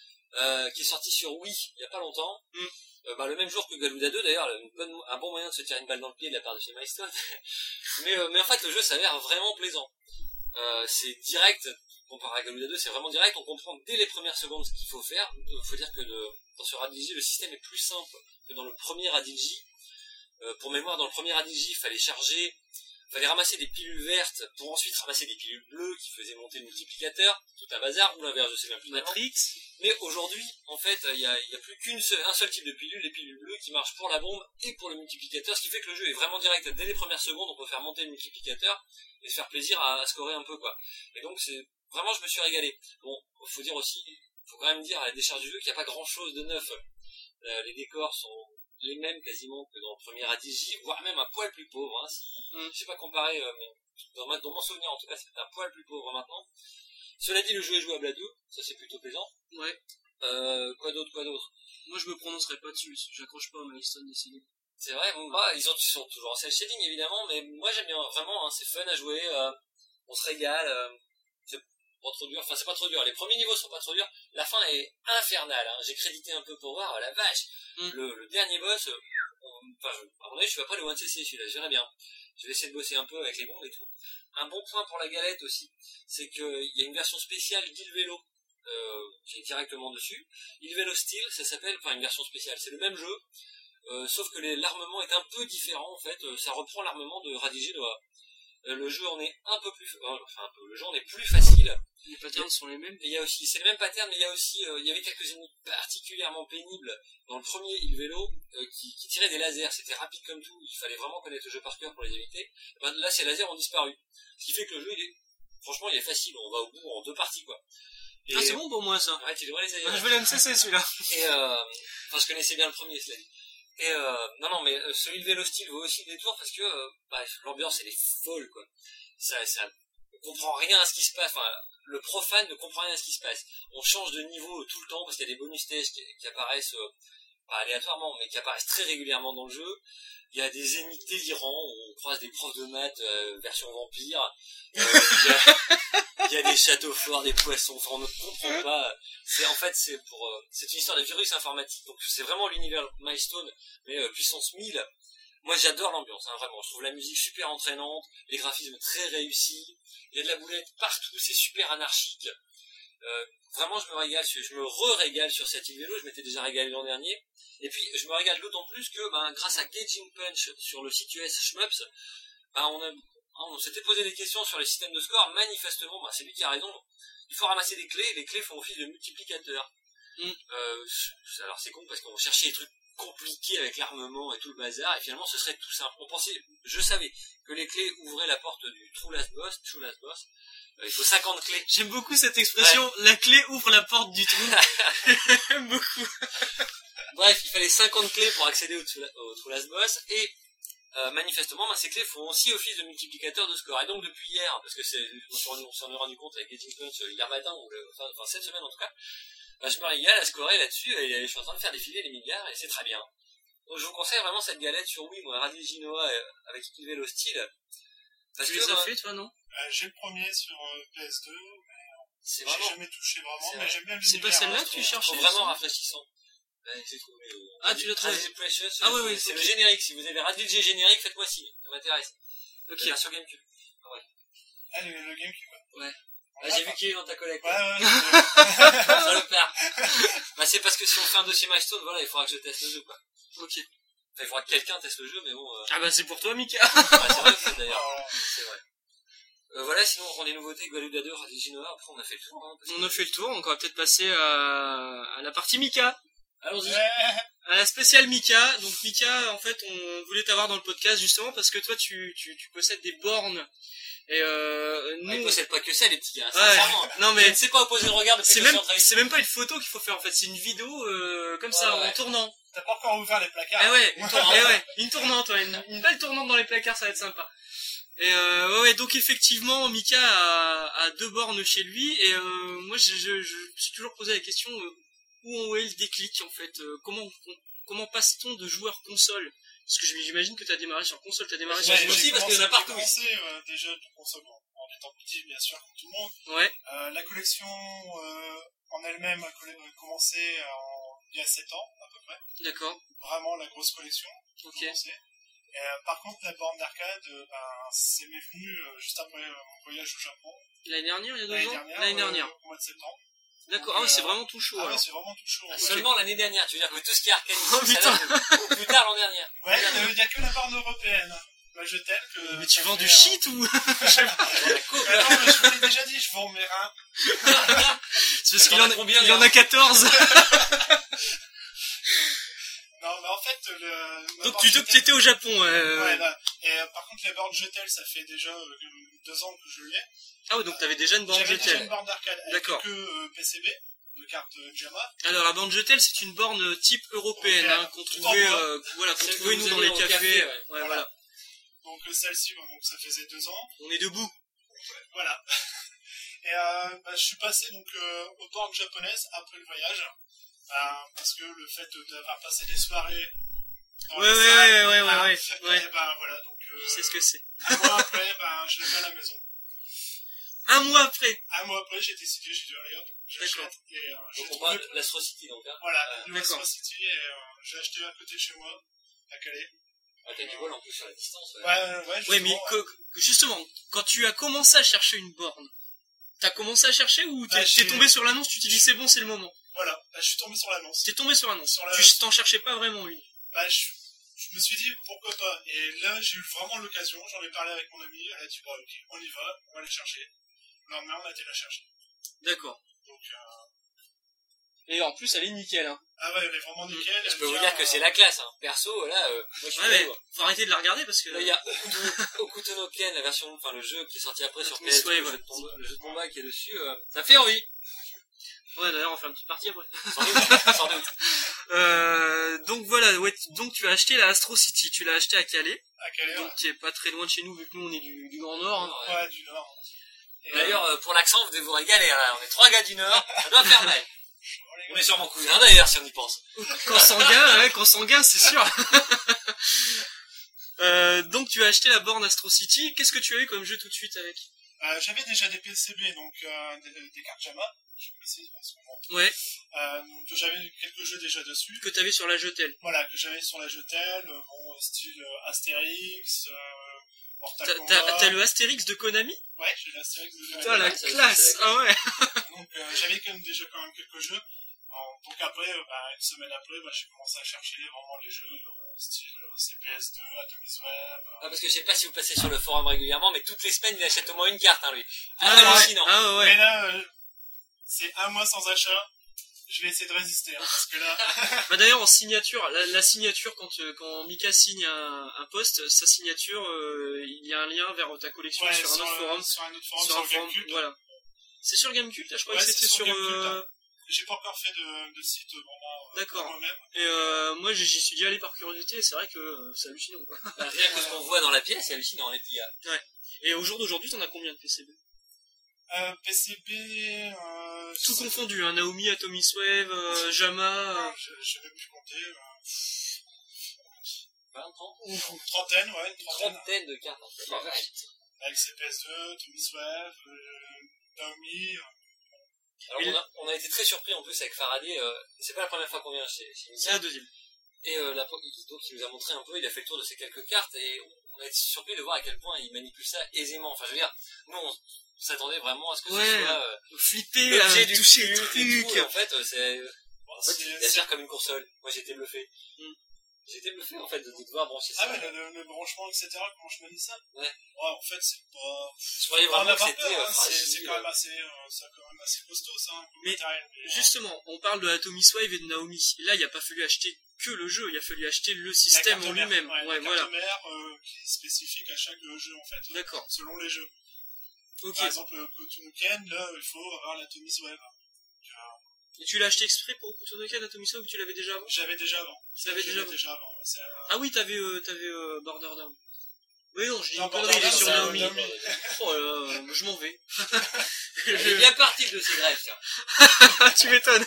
Speaker 2: euh, qui est sorti sur Wii il y a pas longtemps. Mm. Euh, bah, le même jour que Galuda deux, d'ailleurs, une bonne, un bon moyen de se tirer une balle dans le pied de la part de chez Milestone. mais, euh, mais en fait, le jeu s'avère vraiment plaisant. Euh, c'est direct, comparé à Galuda deux, c'est vraiment direct. On comprend dès les premières secondes ce qu'il faut faire. Il faut dire que le, dans ce Radinji, le système est plus simple que dans le premier Radinji. Euh, pour mémoire, dans le premier Radinji, il fallait charger, il fallait ramasser des pilules vertes pour ensuite ramasser des pilules bleues qui faisaient monter le multiplicateur, tout un bazar, ou l'inverse, je sais même plus.
Speaker 1: Matrix.
Speaker 2: Mais aujourd'hui, en fait, il y a, y a plus qu'une seule, un seul type de pilule, les pilules bleues, qui marchent pour la bombe et pour le multiplicateur, ce qui fait que le jeu est vraiment direct. Dès les premières secondes, on peut faire monter le multiplicateur et se faire plaisir à, à scorer un peu, quoi. Et donc, c'est, vraiment, je me suis régalé. Bon, faut dire aussi, faut quand même dire à la décharge du jeu qu'il n'y a pas grand chose de neuf. Euh, les décors sont les mêmes quasiment que dans le premier A D J, voire même un poil plus pauvre, hein, si, mm. je sais pas comparer, euh, mais dans, ma, dans mon souvenir, en tout cas, c'est un poil plus pauvre maintenant. Cela dit, le jeu est jouable à deux, ça c'est plutôt plaisant.
Speaker 1: Ouais.
Speaker 2: Euh, quoi d'autre, quoi d'autre?
Speaker 1: Moi, je me prononcerai pas dessus, j'accroche pas à Milestone décidé.
Speaker 2: C'est vrai, bon, bah, ils, ont, ils sont toujours en cel shading, évidemment, mais moi j'aime bien, vraiment, hein, c'est fun à jouer, euh, on se régale, euh, c'est pas trop dur, enfin c'est pas trop dur, les premiers niveaux sont pas trop durs, la fin est infernale, hein. J'ai crédité un peu pour voir, oh, la vache, mm. le, le dernier boss, euh, enfin, je, à mon avis, je suis pas le one C C celui-là, je verrai bien. Je vais essayer de bosser un peu avec les bombes et tout. Un bon point pour la galette aussi, c'est qu'il y a une version spéciale d'Il Velo, euh, qui est directement dessus. Il Velo Steel, ça s'appelle, enfin une version spéciale, c'est le même jeu, euh, sauf que les, l'armement est un peu différent en fait, euh, ça reprend l'armement de Radin Noah. Euh, le jeu en est un peu plus, euh, enfin un peu, le jeu en est plus facile.
Speaker 1: Les patterns sont les mêmes.
Speaker 2: Et il y a aussi, c'est le même pattern, mais il y a aussi, euh, il y avait quelques ennemis particulièrement pénibles dans le premier Il Velo, euh, qui, qui tiraient des lasers. C'était rapide comme tout. Il fallait vraiment connaître le jeu par cœur pour les éviter. Ben, là, ces lasers ont disparu. Ce qui fait que le jeu, il est, franchement, il est facile. On va au bout en deux parties, quoi.
Speaker 1: Et ah, c'est bon pour moi, ça.
Speaker 2: Ouais, tu devrais les aller.
Speaker 1: Ah, je vais l'M C C, celui-là.
Speaker 2: Et, euh, enfin, je connaissais bien le premier, cela dit. Et, euh, non, non, mais, euh, celui de Vélo Style vaut aussi des tours parce que, euh, bah, l'ambiance, elle est folle, quoi. Ça, ça, on comprend rien à ce qui se passe. Enfin, le profane ne comprend rien à ce qui se passe. On change de niveau tout le temps parce qu'il y a des bonus stages qui, qui apparaissent, euh, pas aléatoirement, mais qui apparaissent très régulièrement dans le jeu. Il y a des ennemis délirants, où on croise des profs de maths, euh, version vampire. Euh, il, y a, il y a des châteaux forts, des poissons, enfin, on ne comprend pas. C'est, en fait, c'est pour, euh, c'est une histoire de virus informatique. Donc, c'est vraiment l'univers Milestone, mais euh, puissance mille. Moi, j'adore l'ambiance, hein, vraiment. Je trouve la musique super entraînante, les graphismes très réussis. Il y a de la boulette partout, c'est super anarchique. Euh, vraiment, je me régale, je me re-régale sur cet Il Velo. Je m'étais déjà régalé l'an dernier. Et puis, je me régale d'autant plus que, ben, grâce à Gauging Punch sur le site U S Shmups, ben, on a, on s'était posé des questions sur les systèmes de score. Manifestement, ben, c'est lui qui a raison. Il faut ramasser des clés, et les clés font office de multiplicateurs. Mm. Euh, alors, c'est con parce qu'on cherchait des trucs compliqué avec l'armement et tout le bazar, et finalement ce serait tout simple. On pensait, je savais que les clés ouvraient la porte du True Last Boss, True Last Boss. Euh, il faut cinquante clés.
Speaker 1: J'aime beaucoup cette expression, ouais. La clé ouvre la porte du trou. J'aime beaucoup.
Speaker 2: Bref, il fallait cinquante clés pour accéder au, au True Last Boss, et euh, manifestement, ben, ces clés font aussi office de multiplicateur de score. Et donc depuis hier, parce que c'est, on s'en est rendu compte avec Gauging Punch hier matin, ou le, enfin, enfin cette semaine en tout cas, bah, je me régale à scorer là-dessus, et je suis en train de faire défiler les milliards, et c'est très bien. Donc je vous conseille vraiment cette galette sur Wii, moi, Radin Noah, avec Il Velo Style.
Speaker 1: Parce tu que, les as bah, fait, toi, non?
Speaker 3: euh, J'ai le premier sur euh, P S deux, mais
Speaker 2: c'est
Speaker 3: j'ai
Speaker 2: vraiment...
Speaker 3: jamais touché vraiment,
Speaker 2: c'est
Speaker 3: mais j'aime bien le
Speaker 1: C'est pas celle-là que tu cherchais?
Speaker 2: C'est vraiment rafraîchissant. Ouais, j'ai trouvé, euh,
Speaker 1: ah, tu l'as trouvé?
Speaker 2: Precious,
Speaker 1: ah oui, oui,
Speaker 2: c'est okay. Le générique. Si vous avez Radin G générique, faites-moi signe, ça m'intéresse.
Speaker 1: Ok.
Speaker 2: La sur GameCube. Ah ouais.
Speaker 3: Ah, le, le GameCube.
Speaker 2: Ouais. Ah, j'ai vu qu'il est dans ta collecte.
Speaker 3: Ouais, ouais,
Speaker 2: ça le perd. Bah, c'est parce que si on fait un dossier Milestone, voilà, il faudra que je teste le jeu, quoi.
Speaker 1: Ok.
Speaker 2: Enfin, il faudra que quelqu'un teste le jeu, mais bon... Euh...
Speaker 1: Ah bah c'est pour toi, Mika.
Speaker 2: Ah, c'est vrai, c'est d'ailleurs. C'est vrai. Euh, voilà, sinon, on prend des nouveautés, Galuda deux, Radijinoa, après on a fait le tour. Hein, parce
Speaker 1: On
Speaker 2: que...
Speaker 1: a fait le tour, donc on va peut-être passer à, à la partie Mika.
Speaker 2: Allons-y.
Speaker 3: Ouais.
Speaker 1: À la spéciale Mika. Donc Mika, en fait, on voulait t'avoir dans le podcast justement parce que toi, tu, tu, tu possèdes des bornes. Et euh, nous...
Speaker 2: Ah, ils possèdent pas que ça, les petits gars.
Speaker 1: Ouais. Non mais
Speaker 2: je ne sais pas opposer le regard depuis
Speaker 1: c'est
Speaker 2: que
Speaker 1: même,
Speaker 2: je suis en
Speaker 1: c'est même pas une photo qu'il faut faire en fait, c'est une vidéo euh, comme
Speaker 2: ouais,
Speaker 1: ça,
Speaker 2: ouais.
Speaker 1: en tournant.
Speaker 3: T'as pas encore ouvert les placards.
Speaker 1: Ah ouais, une, tour- eh ouais, une tournante, ouais, une, une belle tournante dans les placards, ça va être sympa. Et euh, ouais, ouais, donc effectivement, Mika a, a deux bornes chez lui, et euh, moi je, je, je me suis toujours posé la question euh, où est le déclic en fait, euh, comment on, comment passe-t-on de joueur console? Parce que j'imagine que t'as démarré sur console, t'as démarré sur
Speaker 3: Ouais,
Speaker 1: console.
Speaker 2: aussi,
Speaker 3: j'ai
Speaker 2: parce qu'il y en a
Speaker 3: commencé-
Speaker 2: partout,
Speaker 3: J'ai commencé euh, déjà de console en, en étant petit, bien sûr, comme tout le monde.
Speaker 1: Ouais,
Speaker 3: Euh, la collection euh, en elle-même a coll- a commencé en, il y a sept ans, à peu près.
Speaker 1: d'accord,
Speaker 3: Vraiment la grosse collection.
Speaker 1: ok.
Speaker 3: Commencé. Et, euh, par contre, la borne d'arcade, euh, ben, c'est m'est venu euh, juste après euh, mon voyage au Japon.
Speaker 1: L'année dernière, il y a deux
Speaker 3: L'année
Speaker 1: ans
Speaker 3: dernière,
Speaker 1: L'année
Speaker 3: euh,
Speaker 1: dernière.
Speaker 3: au mois de septembre.
Speaker 1: D'accord,
Speaker 3: donc,
Speaker 1: ah ouais, c'est
Speaker 3: euh,
Speaker 1: vraiment tout chaud
Speaker 3: Ah ouais,
Speaker 1: alors.
Speaker 3: c'est vraiment tout chaud.
Speaker 2: Ah,
Speaker 3: Ouais,
Speaker 2: seulement l'année dernière, tu veux dire que tout ce qui est arcade,
Speaker 1: Oh,
Speaker 2: ça
Speaker 1: putain.
Speaker 2: date de- au plus tard l'année dernière.
Speaker 3: Ouais, il n'y a que la borne européenne. Bah, je t'aime que...
Speaker 1: Mais tu
Speaker 3: ça
Speaker 1: vends
Speaker 3: fait,
Speaker 1: du
Speaker 3: euh,
Speaker 1: shit ou?
Speaker 3: Mais non, mais je vous l'ai déjà dit, je vends mes reins.
Speaker 1: C'est parce
Speaker 2: T'en
Speaker 1: qu'il
Speaker 2: as
Speaker 1: en a,
Speaker 2: combien,
Speaker 1: il en
Speaker 2: là
Speaker 1: a quatorze.
Speaker 3: Non, mais en fait, le... ma
Speaker 1: Donc
Speaker 3: borne
Speaker 1: tu
Speaker 3: Jetel-
Speaker 1: tu étais au Japon. Euh...
Speaker 3: Ouais, là. Et euh, par contre, les bornes Jetel, ça fait déjà euh, deux ans que je l'ai.
Speaker 1: Ah ouais, donc t'avais déjà une borne
Speaker 3: J'avais déjà une
Speaker 1: Jetel.
Speaker 3: borne d'arcade avec
Speaker 1: D'accord.
Speaker 3: que euh, P C B, de carte euh, JAMA.
Speaker 1: Alors la borne Jetel, c'est une borne type européenne
Speaker 3: Européenne.
Speaker 1: hein, qu'on
Speaker 3: Tout
Speaker 1: trouvait,
Speaker 3: en bois.
Speaker 1: euh, voilà, qu'on
Speaker 2: Celle que
Speaker 1: trouvait
Speaker 2: vous
Speaker 1: nous dans
Speaker 2: avez
Speaker 1: les
Speaker 2: au
Speaker 1: cafés.
Speaker 2: café, ouais.
Speaker 1: Ouais,
Speaker 3: Voilà.
Speaker 1: voilà.
Speaker 3: Donc euh, celle-ci, bon, donc ça faisait deux ans.
Speaker 1: On est debout.
Speaker 3: Voilà. Et euh, bah, je suis passé donc euh, aux bornes japonaises après le voyage. Bah, parce que le fait d'avoir passé des soirées dans
Speaker 1: Ouais,
Speaker 3: les
Speaker 1: ouais,
Speaker 3: salles,
Speaker 1: ouais, ouais,
Speaker 3: bah,
Speaker 1: ouais,
Speaker 3: et
Speaker 1: ouais.
Speaker 3: bah, voilà, donc euh,
Speaker 1: Je sais ce que c'est.
Speaker 3: un mois après, bah, je l'avais à la maison.
Speaker 1: Un mois après.
Speaker 3: Un mois après, j'ai décidé, j'ai dit, regarde, j'achète.
Speaker 1: D'accord.
Speaker 3: Et euh, j'ai
Speaker 2: Donc on
Speaker 3: trouvé,
Speaker 2: parle de l'Astro City, donc, hein.
Speaker 3: voilà,
Speaker 2: Ouais.
Speaker 3: la nouvelle
Speaker 1: D'accord.
Speaker 3: Astro City, et euh, j'ai acheté à côté de chez moi, à Calais.
Speaker 2: Ah, t'as du vol en plus sur la distance, ouais.
Speaker 3: Ouais, ouais,
Speaker 1: Ouais,
Speaker 3: justement,
Speaker 1: mais
Speaker 3: ouais.
Speaker 1: que- que justement, quand tu as commencé à chercher une borne, t'as commencé à chercher ou t'es
Speaker 3: Bah,
Speaker 1: t'es
Speaker 3: j'ai-
Speaker 1: tombé sur l'annonce, tu t'es dit c'est bon, c'est le moment.
Speaker 3: Voilà, bah, je suis tombé sur l'annonce.
Speaker 1: T'es tombé sur l'annonce.
Speaker 3: Sur la-
Speaker 1: Tu t'en cherchais pas vraiment une.
Speaker 3: Bah, je, je me suis dit, pourquoi pas. Et là, j'ai eu vraiment l'occasion, j'en ai parlé avec mon ami, elle a dit, bon, ok, on y va, on va la chercher. Le lendemain, on a été la chercher.
Speaker 1: D'accord.
Speaker 3: Donc, euh,
Speaker 1: Et en plus, elle est nickel, hein.
Speaker 3: ah ouais, elle est vraiment nickel.
Speaker 2: Je
Speaker 3: elle
Speaker 2: peux vous
Speaker 3: vient,
Speaker 2: dire que
Speaker 3: euh,
Speaker 2: c'est la classe, hein. Perso, là, euh, moi je suis
Speaker 1: Ouais, mais
Speaker 2: d'accord.
Speaker 1: faut arrêter de la regarder parce que.
Speaker 2: Là, il y a Okuto- Okuto no Ken, la version, enfin, le jeu qui est sorti après sur P S,
Speaker 1: Ouais,
Speaker 2: le,
Speaker 1: ouais.
Speaker 2: jeu de combat, le jeu de combat qui est dessus, euh, ça fait envie.
Speaker 1: Ouais, d'ailleurs, on fait une petite partie après.
Speaker 2: Sans doute, sans doute.
Speaker 1: Euh, donc voilà, ouais, tu- donc tu as acheté la Astro City, tu l'as acheté à Calais,
Speaker 3: à Calais,
Speaker 1: donc qui est pas très loin de chez nous vu que nous on est du, du Grand Nord. Hein.
Speaker 2: Ouais.
Speaker 3: ouais, du Nord. Et,
Speaker 2: D'ailleurs, euh, pour l'accent, vous devez vous régaler, là. On est trois gars du Nord, ça doit faire mal.
Speaker 3: euh,
Speaker 2: On est sûrement cousins d'ailleurs, si on y pense.
Speaker 1: Quand sanguin, ouais, quand sanguin, c'est sûr. euh, donc tu as acheté la borne Astro City, qu'est-ce que tu as eu comme jeu tout de suite avec?
Speaker 3: euh, j'avais déjà des P C B, donc euh, des, des cartes JAMA, je précise en ce moment.
Speaker 1: Ouais,
Speaker 3: Euh, donc j'avais quelques jeux déjà dessus.
Speaker 1: que t'avais sur la Jetel.
Speaker 3: Voilà, que j'avais sur la Jetel, euh, bon, style euh, Astérix, euh, Mortal
Speaker 1: T'as,
Speaker 3: Kombat.
Speaker 1: t'as, t'as le Astérix de Konami?
Speaker 3: Ouais, j'ai l'Astérix de
Speaker 1: Putain, la
Speaker 2: ouais, ça,
Speaker 1: classe!
Speaker 2: c'est
Speaker 1: Ah ouais!
Speaker 3: Donc euh, j'avais quand même déjà quand même quelques jeux. Euh, donc après, euh, bah, une semaine après, bah, j'ai commencé à chercher vraiment les jeux euh, style euh, C P S deux, Atomic Web.
Speaker 2: Ah, parce que je sais pas si vous passez sur le forum régulièrement, mais toutes les semaines, il achète au moins une carte, hein, lui.
Speaker 1: Ah,
Speaker 2: Ah,
Speaker 1: ouais.
Speaker 2: hallucinant.
Speaker 1: Ah ouais!
Speaker 3: Mais là, euh, c'est un mois sans achat. Je vais essayer de résister, hein, parce que là,
Speaker 1: Bah d'ailleurs en signature, la, la signature quand euh, quand Mika signe un, un post, sa signature, euh, il y a un lien vers ta collection
Speaker 3: ouais,
Speaker 1: sur un autre
Speaker 3: euh,
Speaker 1: forum,
Speaker 3: sur un autre forum,
Speaker 1: sur
Speaker 3: sur,
Speaker 1: un forum,
Speaker 3: Gamecube.
Speaker 1: voilà. C'est sur Gamecube, là, je crois
Speaker 3: Ouais,
Speaker 1: que
Speaker 3: c'est
Speaker 1: c'était
Speaker 3: sur
Speaker 1: sur.
Speaker 3: Gamecube,
Speaker 1: euh,
Speaker 3: là. J'ai pas encore fait de, de site vraiment euh,
Speaker 1: D'accord.
Speaker 3: pour moi-même.
Speaker 1: Et euh, moi j'y suis dit aller par curiosité, et c'est vrai que euh, c'est hallucinant quoi.
Speaker 2: Bah, rien que ce qu'on voit dans la pièce, c'est hallucinant, les petits gars.
Speaker 1: Et au jour d'aujourd'hui, t'en as combien de P C B?
Speaker 3: Euh, P C B, euh,
Speaker 1: Tout
Speaker 3: je sais-
Speaker 1: confondu, hein, Naomi, Atomic Wave, euh, Jama. euh,
Speaker 3: Je, je vais même plus compter. Euh,
Speaker 2: vingt, trente
Speaker 3: une trentaine, ouais, une
Speaker 2: Une
Speaker 3: trentaine.
Speaker 2: trentaine de cartes, en fait.
Speaker 3: Avec C P S deux, Atomic Web, euh, Naomi. euh,
Speaker 2: Alors, on a, on a été très surpris, en plus, avec Faraday, euh, c'est pas la première fois qu'on vient chez, chez
Speaker 1: C'est
Speaker 2: Mika.
Speaker 1: la deuxième.
Speaker 2: Et, euh, la, donc, il nous a montré un peu, il a fait le tour de ces quelques cartes, et on a été surpris de voir à quel point il manipule ça aisément. Enfin, je veux dire, nous, on s'attendait vraiment à ce que
Speaker 1: Ouais.
Speaker 2: ce soit, euh,
Speaker 1: Flipper,
Speaker 2: l'objet
Speaker 1: à
Speaker 2: du
Speaker 1: toucher les
Speaker 2: culte et tout,
Speaker 1: trucs.
Speaker 2: et en fait, euh, c'est,
Speaker 3: bon,
Speaker 2: en fait,
Speaker 3: c'est-
Speaker 2: il la gère comme une console. Moi, j'étais bluffé. J'étais bluffé en fait de, de devoir brancher ça.
Speaker 3: Ah, mais le, le, le branchement, et cetera, comment je me dis ça?
Speaker 2: Ouais.
Speaker 3: Ouais, en fait, c'est pas.
Speaker 2: Je croyais vraiment que c'était.
Speaker 3: Peur,
Speaker 2: Euh,
Speaker 3: hein, c'est, c'est quand même assez, euh, c'est quand même assez costaud, ça, hein, comme
Speaker 1: mais,
Speaker 3: matériel. Mais,
Speaker 1: justement, on parle de Atomic Wave et de Naomi. Là, il a pas fallu acheter que le jeu, il a fallu acheter le système en lui-même.
Speaker 3: Ouais,
Speaker 1: ouais,
Speaker 3: la
Speaker 1: voilà.
Speaker 3: carte mère, euh, qui est spécifique à chaque jeu, en fait.
Speaker 1: D'accord.
Speaker 3: Selon les jeux.
Speaker 1: Ok.
Speaker 3: Par exemple, le Kotunuken, là, il faut avoir l'Atomic Wave.
Speaker 1: Et tu l'as acheté exprès pour Kotonoken Atomic Wave ou tu l'avais déjà avant?
Speaker 3: J'avais déjà avant.
Speaker 1: Tu l'avais déjà avant.
Speaker 3: déjà avant. C'est un...
Speaker 1: Ah oui, t'avais, euh, t'avais euh, Border Down. Oui, non, je dis
Speaker 3: non,
Speaker 1: une connerie, il est sur
Speaker 2: ça,
Speaker 1: Naomi.
Speaker 2: Naomi.
Speaker 1: Oh là là, je m'en vais.
Speaker 2: Il est bien parti de ces grèves, tiens.
Speaker 1: Tu m'étonnes.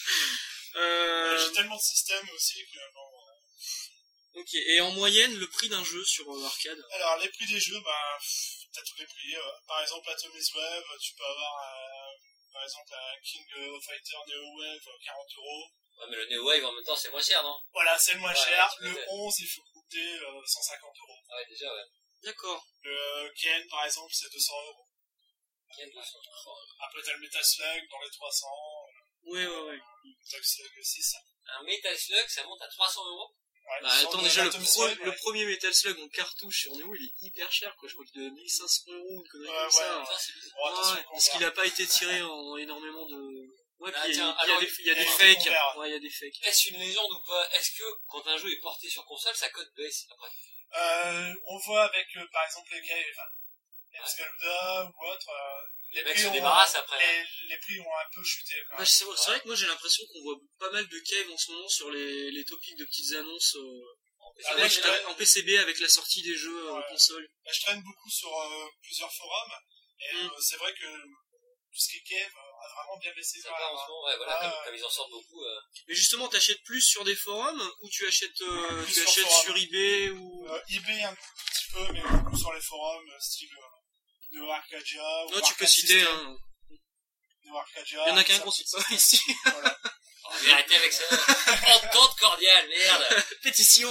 Speaker 1: Euh...
Speaker 3: J'ai tellement de systèmes aussi que bon.
Speaker 1: Ok, et en moyenne, le prix d'un jeu sur euh, arcade?
Speaker 3: Alors, les prix des jeux, bah, t'as tous les prix. Euh, par exemple, Atomic Wave, tu peux avoir, euh, par exemple, un King of Fighter Neo Wave, quarante euros.
Speaker 2: Ouais, mais le Neo Wave en même temps, c'est moins cher, non?
Speaker 3: Voilà, c'est le moins
Speaker 2: ouais,
Speaker 3: cher.
Speaker 2: Le
Speaker 3: le onze, il faut coûter euh, cent cinquante euros.
Speaker 2: Ouais, déjà, ouais.
Speaker 1: D'accord.
Speaker 3: Le Ken, par exemple, c'est deux cents euros.
Speaker 2: Ken, deux cents euros.
Speaker 3: Après, t'as le Metal Slug dans les trois cents.
Speaker 1: Ouais, ouais, ouais.
Speaker 3: Metal Slug six.
Speaker 2: Un Metal Slug, ça monte à trois cents euros.
Speaker 3: Ouais,
Speaker 1: bah, attends, déjà, le, pro,
Speaker 3: Slug,
Speaker 1: le
Speaker 3: ouais.
Speaker 1: premier Metal Slug en cartouche sur Neo, il est hyper cher, quoi. Je crois qu'il est de mille cinq cents euros, une connerie
Speaker 3: Ouais,
Speaker 1: comme
Speaker 3: ouais,
Speaker 1: ça.
Speaker 3: ouais.
Speaker 2: Ça, c'est bizarre.
Speaker 3: Bon, attention,
Speaker 1: Ouais, parce qu'il a pas été tiré en énormément de... Ouais,
Speaker 2: Ah,
Speaker 1: puis il y
Speaker 2: tiens,
Speaker 1: a, il y a
Speaker 2: alors,
Speaker 1: des, il y a
Speaker 3: il y
Speaker 1: des
Speaker 3: a
Speaker 1: fakes.
Speaker 3: des convers.
Speaker 1: Ouais, il y a des fakes.
Speaker 2: Est-ce une légende ou pas? Est-ce que, quand un jeu est porté sur console, sa cote baisse après?
Speaker 3: Euh, on voit avec, euh, par exemple, les Games, enfin, les Escaluda ou autre, euh,
Speaker 2: Les mecs
Speaker 3: prix
Speaker 2: se
Speaker 3: ont-
Speaker 2: débarrassent après.
Speaker 3: Les, les prix ont un peu chuté, quand
Speaker 1: Bah,
Speaker 3: même.
Speaker 1: c'est c'est vrai que moi j'ai l'impression qu'on voit pas mal de caves en ce moment sur les, les topics de petites annonces euh,
Speaker 3: Ah,
Speaker 1: avec,
Speaker 3: moi, je traîne-
Speaker 1: en P C B avec la sortie des jeux euh,
Speaker 3: Ouais.
Speaker 1: console.
Speaker 3: Bah, je traîne beaucoup sur euh, plusieurs forums, et
Speaker 1: Mm.
Speaker 3: euh, c'est vrai que tout ce qui est Cave euh, a vraiment bien baissé.
Speaker 2: Ça
Speaker 3: quand
Speaker 2: part
Speaker 3: même,
Speaker 2: en
Speaker 3: hein.
Speaker 2: ce moment, ouais, voilà,
Speaker 3: Ah,
Speaker 2: comme,
Speaker 3: ouais.
Speaker 2: comme ils en sortent beaucoup. Euh...
Speaker 1: Mais justement, t'achètes plus sur des forums ou tu achètes, euh,
Speaker 3: Plus
Speaker 1: tu
Speaker 3: sur
Speaker 1: achètes
Speaker 3: forum.
Speaker 1: sur eBay ou...
Speaker 3: Euh, eBay un petit peu, mais beaucoup sur les forums, euh, style euh, Neo Arcadia. ou
Speaker 1: Non, tu peux
Speaker 3: Arcade
Speaker 1: citer,
Speaker 3: System.
Speaker 1: hein.
Speaker 3: Neo Arcadia.
Speaker 1: Il y en a qu'un
Speaker 3: ça,
Speaker 1: qu'on cite
Speaker 3: ça,
Speaker 1: pas ici.
Speaker 3: Voilà.
Speaker 2: Oh, mais arrêtez avec ça. Entente cordiale, merde.
Speaker 1: Pétition.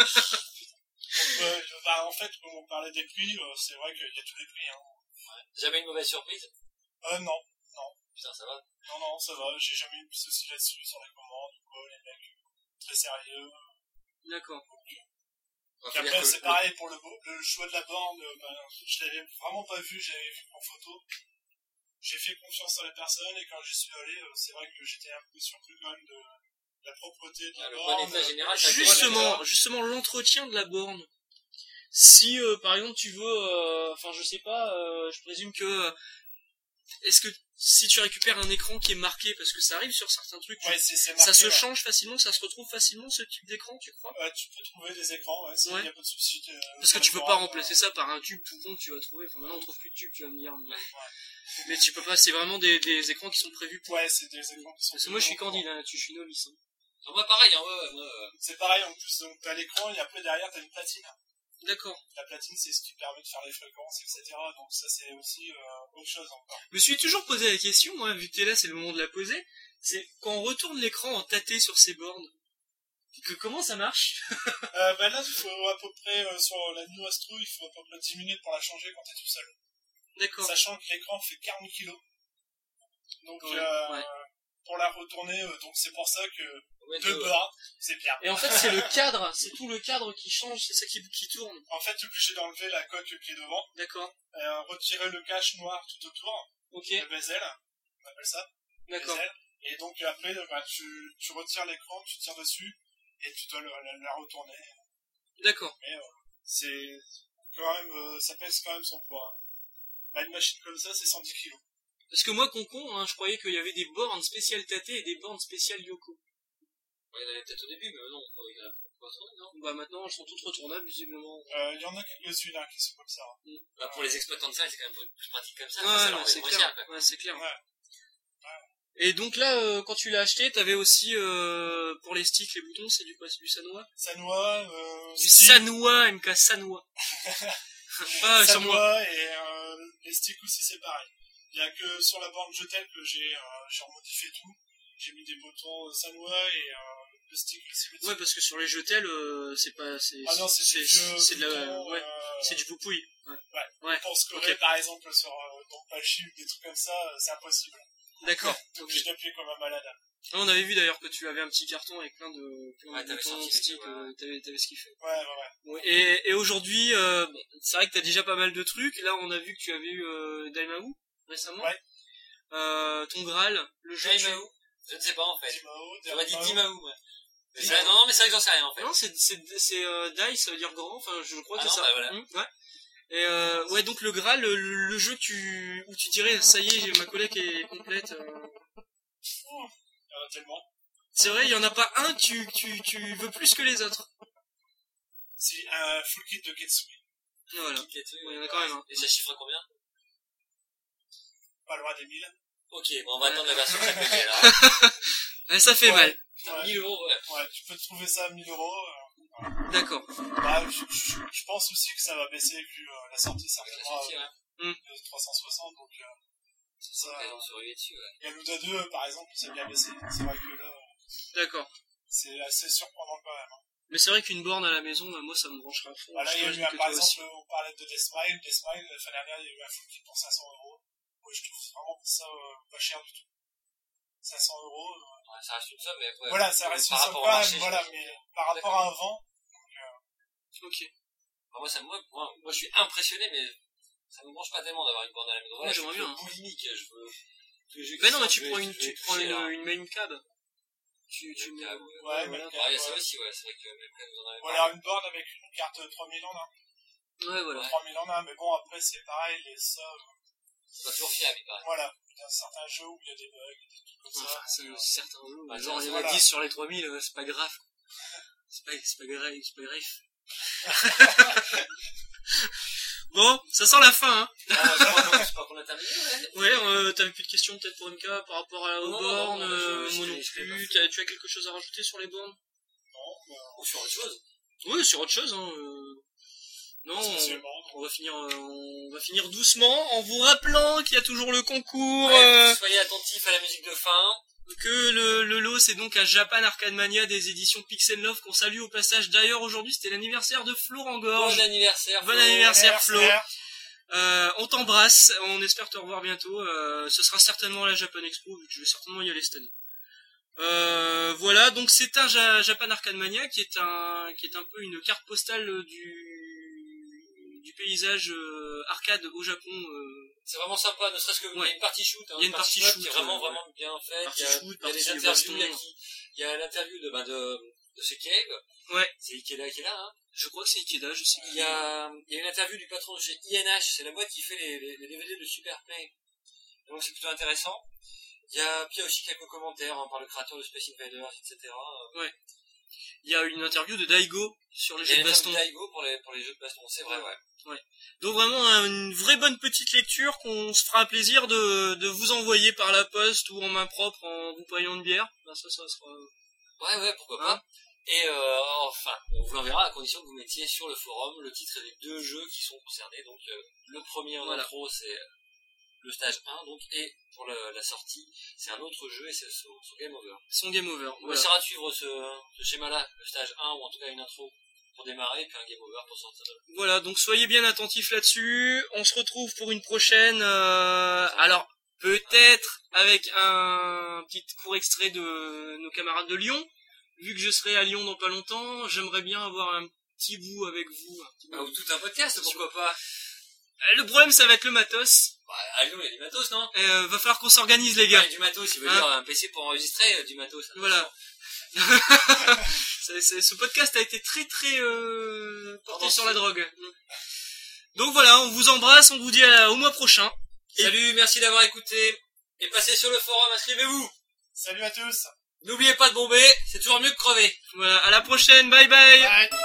Speaker 3: Donc, euh, bah, en fait, quand on parlait des prix, euh, c'est vrai qu'il y a tous les prix. Hein.
Speaker 2: Jamais une mauvaise surprise.
Speaker 3: Euh, non.
Speaker 2: Putain, ça va.
Speaker 3: Non, non, ça va, j'ai jamais eu de soucis là-dessus sur les commandes, ou quoi, les mecs, euh, très sérieux.
Speaker 1: D'accord.
Speaker 2: Faut
Speaker 3: Puis
Speaker 2: dire
Speaker 3: après,
Speaker 2: que
Speaker 3: c'est
Speaker 2: le-
Speaker 3: pareil pour le, le choix de la borne, euh, ben, je l'avais vraiment pas vu, j'avais vu en photo. J'ai fait confiance à la personne, et quand j'y suis allé, euh, c'est vrai que j'étais un peu surpris quand même de, de la propreté de la
Speaker 2: Ah, le
Speaker 3: borne.
Speaker 2: bon état général, ça
Speaker 1: Justement, justement, l'entretien de la borne. Si, euh, par exemple, tu veux, euh, enfin, je sais pas, euh, je présume que, euh, est-ce que si tu récupères un écran qui est marqué, parce que ça arrive sur certains trucs,
Speaker 3: Ouais, c'est, c'est
Speaker 1: ça
Speaker 3: marqué,
Speaker 1: se
Speaker 3: ouais.
Speaker 1: change facilement, ça se retrouve facilement ce type d'écran, tu crois?
Speaker 3: Ouais, tu peux trouver des écrans, ouais, s'il
Speaker 1: Ouais.
Speaker 3: n'y a pas de soucis. euh,
Speaker 1: Parce que
Speaker 3: sur
Speaker 1: tu
Speaker 3: les
Speaker 1: peux pas
Speaker 3: forums,
Speaker 1: remplacer
Speaker 3: euh,
Speaker 1: ça par un tube tout rond que tu vas trouver. Enfin, maintenant on trouve plus de tube, tu vas me dire. Mais,
Speaker 3: Ouais,
Speaker 1: mais tu peux pas, c'est vraiment des, des écrans qui sont prévus pour.
Speaker 3: ouais, c'est des écrans qui sont...
Speaker 1: Parce que moi je suis
Speaker 3: toujours-
Speaker 1: candide, hein, là-dessus, je suis novice. Hein.
Speaker 2: Ah, moi, pareil, hein, ouais, ouais, moi, euh,
Speaker 3: C'est pareil, en plus, donc t'as l'écran, et après derrière t'as une platine.
Speaker 1: D'accord.
Speaker 3: La platine, c'est ce qui permet de faire les fréquences, et cetera. Donc ça, c'est aussi euh, autre chose encore.
Speaker 1: Je me suis toujours posé la question, moi, vu que t'es là, c'est le moment de la poser. C'est quand on retourne l'écran en tâté sur ces bornes, que comment ça marche?
Speaker 3: Euh, bah là, il faut à peu près, euh, sur la Neo Astro, il faut à peu près dix minutes pour la changer quand t'es tout seul.
Speaker 1: D'accord.
Speaker 3: Sachant que l'écran fait quarante kilos. Donc,
Speaker 1: Ouais,
Speaker 3: euh,
Speaker 1: ouais.
Speaker 3: pour la retourner, euh, donc c'est pour ça que
Speaker 2: ouais,
Speaker 3: deux
Speaker 2: de-
Speaker 3: bornes, c'est bien.
Speaker 1: Et en fait, c'est le cadre, c'est tout le cadre qui change, c'est ça qui, qui tourne.
Speaker 3: En fait, tu es obligé d'enlever la coque qui est devant,
Speaker 1: D'accord.
Speaker 3: euh, retirer le cache noir tout autour,
Speaker 1: Ok.
Speaker 3: le bezel, on appelle ça,
Speaker 1: D'accord.
Speaker 3: bezel. Et donc après, euh, bah, tu, tu retires l'écran, tu tires dessus, et tu dois le- la, la retourner.
Speaker 1: D'accord.
Speaker 3: Mais euh, c'est quand même, euh, ça pèse quand même son poids. Hein. Bah, une machine comme ça, c'est cent dix kilos.
Speaker 1: Parce que moi, concon, hein, je croyais qu'il y avait des bornes spéciales tâté et des bornes spéciales Yoko.
Speaker 2: Ouais, il y en avait peut-être au début, mais non, il y en a pas trop, non?
Speaker 1: Bah maintenant, elles sont toutes retournables, visiblement.
Speaker 3: Euh, Il y en a quelques-unes hein, qui sont comme ça. Hein.
Speaker 2: Bah, pour les exploitants de salle, c'est quand même plus pratique comme ça.
Speaker 1: Ouais,
Speaker 2: ça
Speaker 1: ouais,
Speaker 2: leur fait
Speaker 1: c'est
Speaker 2: moins
Speaker 1: clair.
Speaker 2: cher, quoi.
Speaker 1: Ouais, c'est clair.
Speaker 3: Ouais.
Speaker 1: Et donc là, euh, quand tu l'as acheté, t'avais aussi, euh, pour les sticks, les boutons, c'est du quoi? C'est du Sanwa?
Speaker 3: Sanwa, euh,
Speaker 1: Du
Speaker 3: stick,
Speaker 1: Sanwa, M K Sanwa. Ah, sur moi.
Speaker 3: Sanwa et euh, les sticks aussi, c'est pareil. Il y a que sur la borne Jetel que j'ai euh, j'ai remodifié tout. J'ai mis des boutons Sanwa et euh, le stick aussi.
Speaker 1: Ouais, parce que sur les jetels, euh, c'est pas, c'est,
Speaker 3: Ah non, c'est
Speaker 1: c'est,
Speaker 3: du vieux
Speaker 1: c'est de la,
Speaker 3: bouton,
Speaker 1: ouais,
Speaker 3: euh,
Speaker 1: c'est du poupouille. Ouais.
Speaker 3: Ouais.
Speaker 1: Ouais.
Speaker 3: Pour scorer,
Speaker 1: Ok.
Speaker 3: par exemple, sur euh, donc Palchi ou des trucs comme ça, euh, c'est impossible.
Speaker 1: D'accord.
Speaker 3: T'es
Speaker 1: Ok.
Speaker 3: obligé d'appuyer comme un malade.
Speaker 1: Ah, on avait vu d'ailleurs que tu avais un petit carton avec plein de, plein
Speaker 2: Ouais,
Speaker 1: de
Speaker 2: t'avais
Speaker 1: boutons,
Speaker 2: sorti les
Speaker 1: sticks,
Speaker 2: trucs, ouais.
Speaker 1: euh, t'avais, t'avais ce qu'il fait.
Speaker 3: Ouais, ouais, ouais.
Speaker 1: Ouais, Et, et aujourd'hui, euh, bon, c'est vrai que t'as déjà pas mal de trucs. Là, on a vu que tu avais eu euh, Daimahu récemment.
Speaker 3: Ouais.
Speaker 1: Euh, ton Graal, le jeu.
Speaker 2: Daimahu. Je ne sais pas en fait.
Speaker 3: Dimao,
Speaker 2: J'aurais dit
Speaker 3: Dimao.
Speaker 2: Dimao, moi. Mais
Speaker 1: Dimao.
Speaker 2: ça- Non, non, mais c'est vrai que j'en sais rien en fait.
Speaker 1: Non, c'est c'est c'est euh, Dai, ça veut dire grand. Enfin, je crois que
Speaker 2: Ah
Speaker 1: c'est
Speaker 2: non,
Speaker 1: ça.
Speaker 2: bah voilà.
Speaker 1: Mmh, ouais. Et euh, ouais, donc le Graal, le, le jeu que tu où tu dirais ça y est, j'ai ma collègue est complète. euh.
Speaker 3: Ouh, il y en a tellement.
Speaker 1: C'est vrai, il y en a pas un que tu tu tu veux plus que les autres.
Speaker 3: C'est un full kit de Ketsui.
Speaker 1: Voilà.
Speaker 2: Kiketsu,
Speaker 1: Ouais, il y en a quand même un.
Speaker 2: Et ça chiffre à combien?
Speaker 3: Pas loin des mille.
Speaker 2: Ok, bon, on va attendre la version K P B alors.
Speaker 1: Ouais, ça fait
Speaker 3: Ouais.
Speaker 1: mal.
Speaker 3: Ouais.
Speaker 2: mille euros, ouais.
Speaker 3: Ouais, tu peux trouver ça à mille euros.
Speaker 1: D'accord.
Speaker 3: Bah, je, je, je pense aussi que ça va baisser vu euh, la sortie, ça
Speaker 2: La
Speaker 3: reviendra
Speaker 2: sortie, ouais.
Speaker 3: euh, de trois cent soixante, donc euh, ça...
Speaker 2: Ouais, on se remet dessus, ouais.
Speaker 3: Il y a Luda deux, euh, par exemple, qui s'est bien baissé. C'est vrai que là, euh,
Speaker 1: D'accord.
Speaker 3: c'est assez surprenant quand même. Hein.
Speaker 1: Mais c'est vrai qu'une borne à la maison, bah, moi ça me branchera à fond.
Speaker 3: Bah, là, il y a
Speaker 1: J'imagine
Speaker 3: eu, un,
Speaker 1: que
Speaker 3: par
Speaker 1: toi
Speaker 3: exemple,
Speaker 1: aussi.
Speaker 3: on parlait de Deathmile. Deathmile, la fin dernière, il y a eu un full kit pour cinq cents euros. Moi, je trouve vraiment ça euh, pas cher du tout. cinq cents euros. Euh,
Speaker 2: Ouais, ça reste une somme, mais ouais.
Speaker 3: voilà, ça reste une
Speaker 2: par
Speaker 3: somme
Speaker 2: rapport
Speaker 3: quand
Speaker 2: au
Speaker 3: même,
Speaker 2: marché,
Speaker 3: voilà,
Speaker 2: j'imagine.
Speaker 3: mais par rapport à avant,
Speaker 1: Ok.
Speaker 2: Enfin, moi, ça, moi, moi, moi, je suis impressionné, mais ça me branche pas tellement d'avoir une borne à la maison.
Speaker 1: Moi,
Speaker 2: Ouais,
Speaker 1: j'aimerais
Speaker 2: je suis
Speaker 1: bien, hein.
Speaker 2: boulimique, je veux... tous les jeux qui
Speaker 1: Mais non, mais
Speaker 2: sortent,
Speaker 1: tu
Speaker 2: je vais-
Speaker 1: prends une,
Speaker 2: je vais
Speaker 1: tu prends
Speaker 2: toucher,
Speaker 1: une,
Speaker 2: là.
Speaker 1: une main cab. Tu, tu
Speaker 2: Une
Speaker 1: mets.
Speaker 2: cab,
Speaker 3: ouais,
Speaker 1: voilà.
Speaker 3: même
Speaker 2: Ouais, il y a ça
Speaker 3: ouais.
Speaker 2: aussi, ouais, c'est vrai que, mais après, vous en avez
Speaker 3: Ou alors une borne avec une carte trois mille en un.
Speaker 1: Ouais, voilà.
Speaker 3: trois mille en un, mais bon, après, c'est pareil, les ça,
Speaker 2: C'est pas toujours fiable, il paraît.
Speaker 3: voilà. Il y a certains jeux où il y a des bugs, des trucs comme
Speaker 1: Enfin,
Speaker 3: ça.
Speaker 1: c'est
Speaker 3: donc, euh,
Speaker 1: certains jeux.
Speaker 2: Bah,
Speaker 1: Genre, il y en a
Speaker 3: voilà.
Speaker 1: dix sur les trois mille, euh, c'est pas grave. C'est pas, c'est pas grave, c'est pas grave. Bon, ça sent la fin, hein.
Speaker 2: Ah, je crois qu'on- je crois qu'on a terminé, ouais.
Speaker 1: Ouais, euh, t'avais plus de questions peut-être pour M K par rapport à, aux
Speaker 2: Non, non,
Speaker 1: bornes,
Speaker 2: non,
Speaker 1: euh,
Speaker 2: je-
Speaker 1: moi
Speaker 2: je-
Speaker 1: non
Speaker 2: je-
Speaker 1: plus.
Speaker 2: je-
Speaker 1: T'as- Tu as quelque chose à rajouter sur les bornes?
Speaker 3: non, euh,
Speaker 2: Ou sur autre chose.
Speaker 1: Oui, sur autre chose, hein. euh. Non, on,
Speaker 3: spécialement.
Speaker 1: on va finir, euh, on va finir doucement en vous rappelant qu'il y a toujours le concours,
Speaker 2: Ouais,
Speaker 1: euh,
Speaker 2: soyez attentifs à la musique de fin.
Speaker 1: que le, le lot c'est donc à Japan Arcade Mania des éditions Pixel Love qu'on salue au passage. D'ailleurs aujourd'hui c'était l'anniversaire de Florent Gorge.
Speaker 2: Bon anniversaire.
Speaker 1: Bon
Speaker 2: Flo.
Speaker 1: anniversaire, Flo.
Speaker 3: Anniversaire.
Speaker 1: Euh, on t'embrasse, on espère te revoir bientôt. Euh, ce sera certainement à la Japan Expo, vu que je vais certainement y aller cette année. Euh, voilà, donc c'est un Ja- Japan Arcade Mania qui est un qui est un peu une carte postale du du paysage euh, arcade au Japon. Euh,
Speaker 2: C'est vraiment sympa, ne serait-ce que il y
Speaker 1: Ouais.
Speaker 2: a une partie shoot, hein,
Speaker 1: Il y a une partie
Speaker 2: mode
Speaker 1: shoot,
Speaker 2: qui est vraiment
Speaker 1: euh,
Speaker 2: vraiment bien faite.
Speaker 1: partie
Speaker 2: Il y a,
Speaker 1: shoot,
Speaker 2: il y a
Speaker 1: partie
Speaker 2: des interviews,
Speaker 1: baston.
Speaker 2: il y a qui, il y a l'interview de bah de de ce Cave.
Speaker 1: Ouais.
Speaker 2: C'est Ikeda qui est là, hein.
Speaker 1: je crois que c'est Ikeda, je sais.
Speaker 2: Il y a il y a une interview du patron de chez I N H, c'est la boîte qui fait les les, les D V D de Super Play. Donc c'est plutôt intéressant. Il y a, puis il y a aussi quelques commentaires hein, par le créateur de Space Invaders, et cetera.
Speaker 1: Il y a une interview de Daigo sur les
Speaker 2: Il y a
Speaker 1: jeux de
Speaker 2: une
Speaker 1: baston.
Speaker 2: interview d'Aigo pour les pour les jeux de baston, c'est vrai, ouais.
Speaker 1: Donc vraiment hein, une vraie bonne petite lecture qu'on se fera un plaisir de, de vous envoyer par la poste ou en main propre en vous payant une bière. Ben, ça, ça sera...
Speaker 2: Ouais, ouais, pourquoi
Speaker 1: Hein
Speaker 2: pas. Et euh, enfin, on vous l'enverra à condition que vous mettiez sur le forum le titre des deux jeux qui sont concernés. Donc euh, le premier en
Speaker 1: Voilà.
Speaker 2: intro, c'est le stage un, donc, et pour le- la sortie, c'est un autre jeu et c'est son, son Game Over.
Speaker 1: Son game over.
Speaker 2: On
Speaker 1: Voilà.
Speaker 2: essaiera de suivre ce, ce schéma-là, le stage un, ou en tout cas une intro pour démarrer, puis un Game Over pour sortir de là.
Speaker 1: Voilà, donc soyez bien attentifs là-dessus. On se retrouve pour une prochaine. euh, Alors, peut-être avec un petit court extrait de nos camarades de Lyon. Vu que je serai à Lyon dans pas longtemps, j'aimerais bien avoir un petit bout avec vous. Un petit bout.
Speaker 2: Bah, ou tout un podcast, pourquoi pas.
Speaker 1: Euh, Le problème, ça va être le matos.
Speaker 2: Bah, à Lyon, il y a du matos, non?
Speaker 1: Euh, va falloir qu'on s'organise, les
Speaker 2: Il y
Speaker 1: gars.
Speaker 2: a du matos, il veut
Speaker 1: Hein
Speaker 2: dire un P C pour enregistrer, euh, du matos. attention.
Speaker 1: Voilà. C'est- c'est- ce podcast a été très très euh, porté
Speaker 2: Pardon,
Speaker 1: sur la
Speaker 2: si.
Speaker 1: drogue. Donc voilà, on vous embrasse, on vous dit à- au mois prochain. Et-
Speaker 2: Salut, merci d'avoir écouté. Et passez sur le forum, inscrivez-vous.
Speaker 3: Salut à tous.
Speaker 2: N'oubliez pas de bomber, c'est toujours mieux que crever.
Speaker 1: Voilà, à la prochaine, bye bye.
Speaker 3: Bye.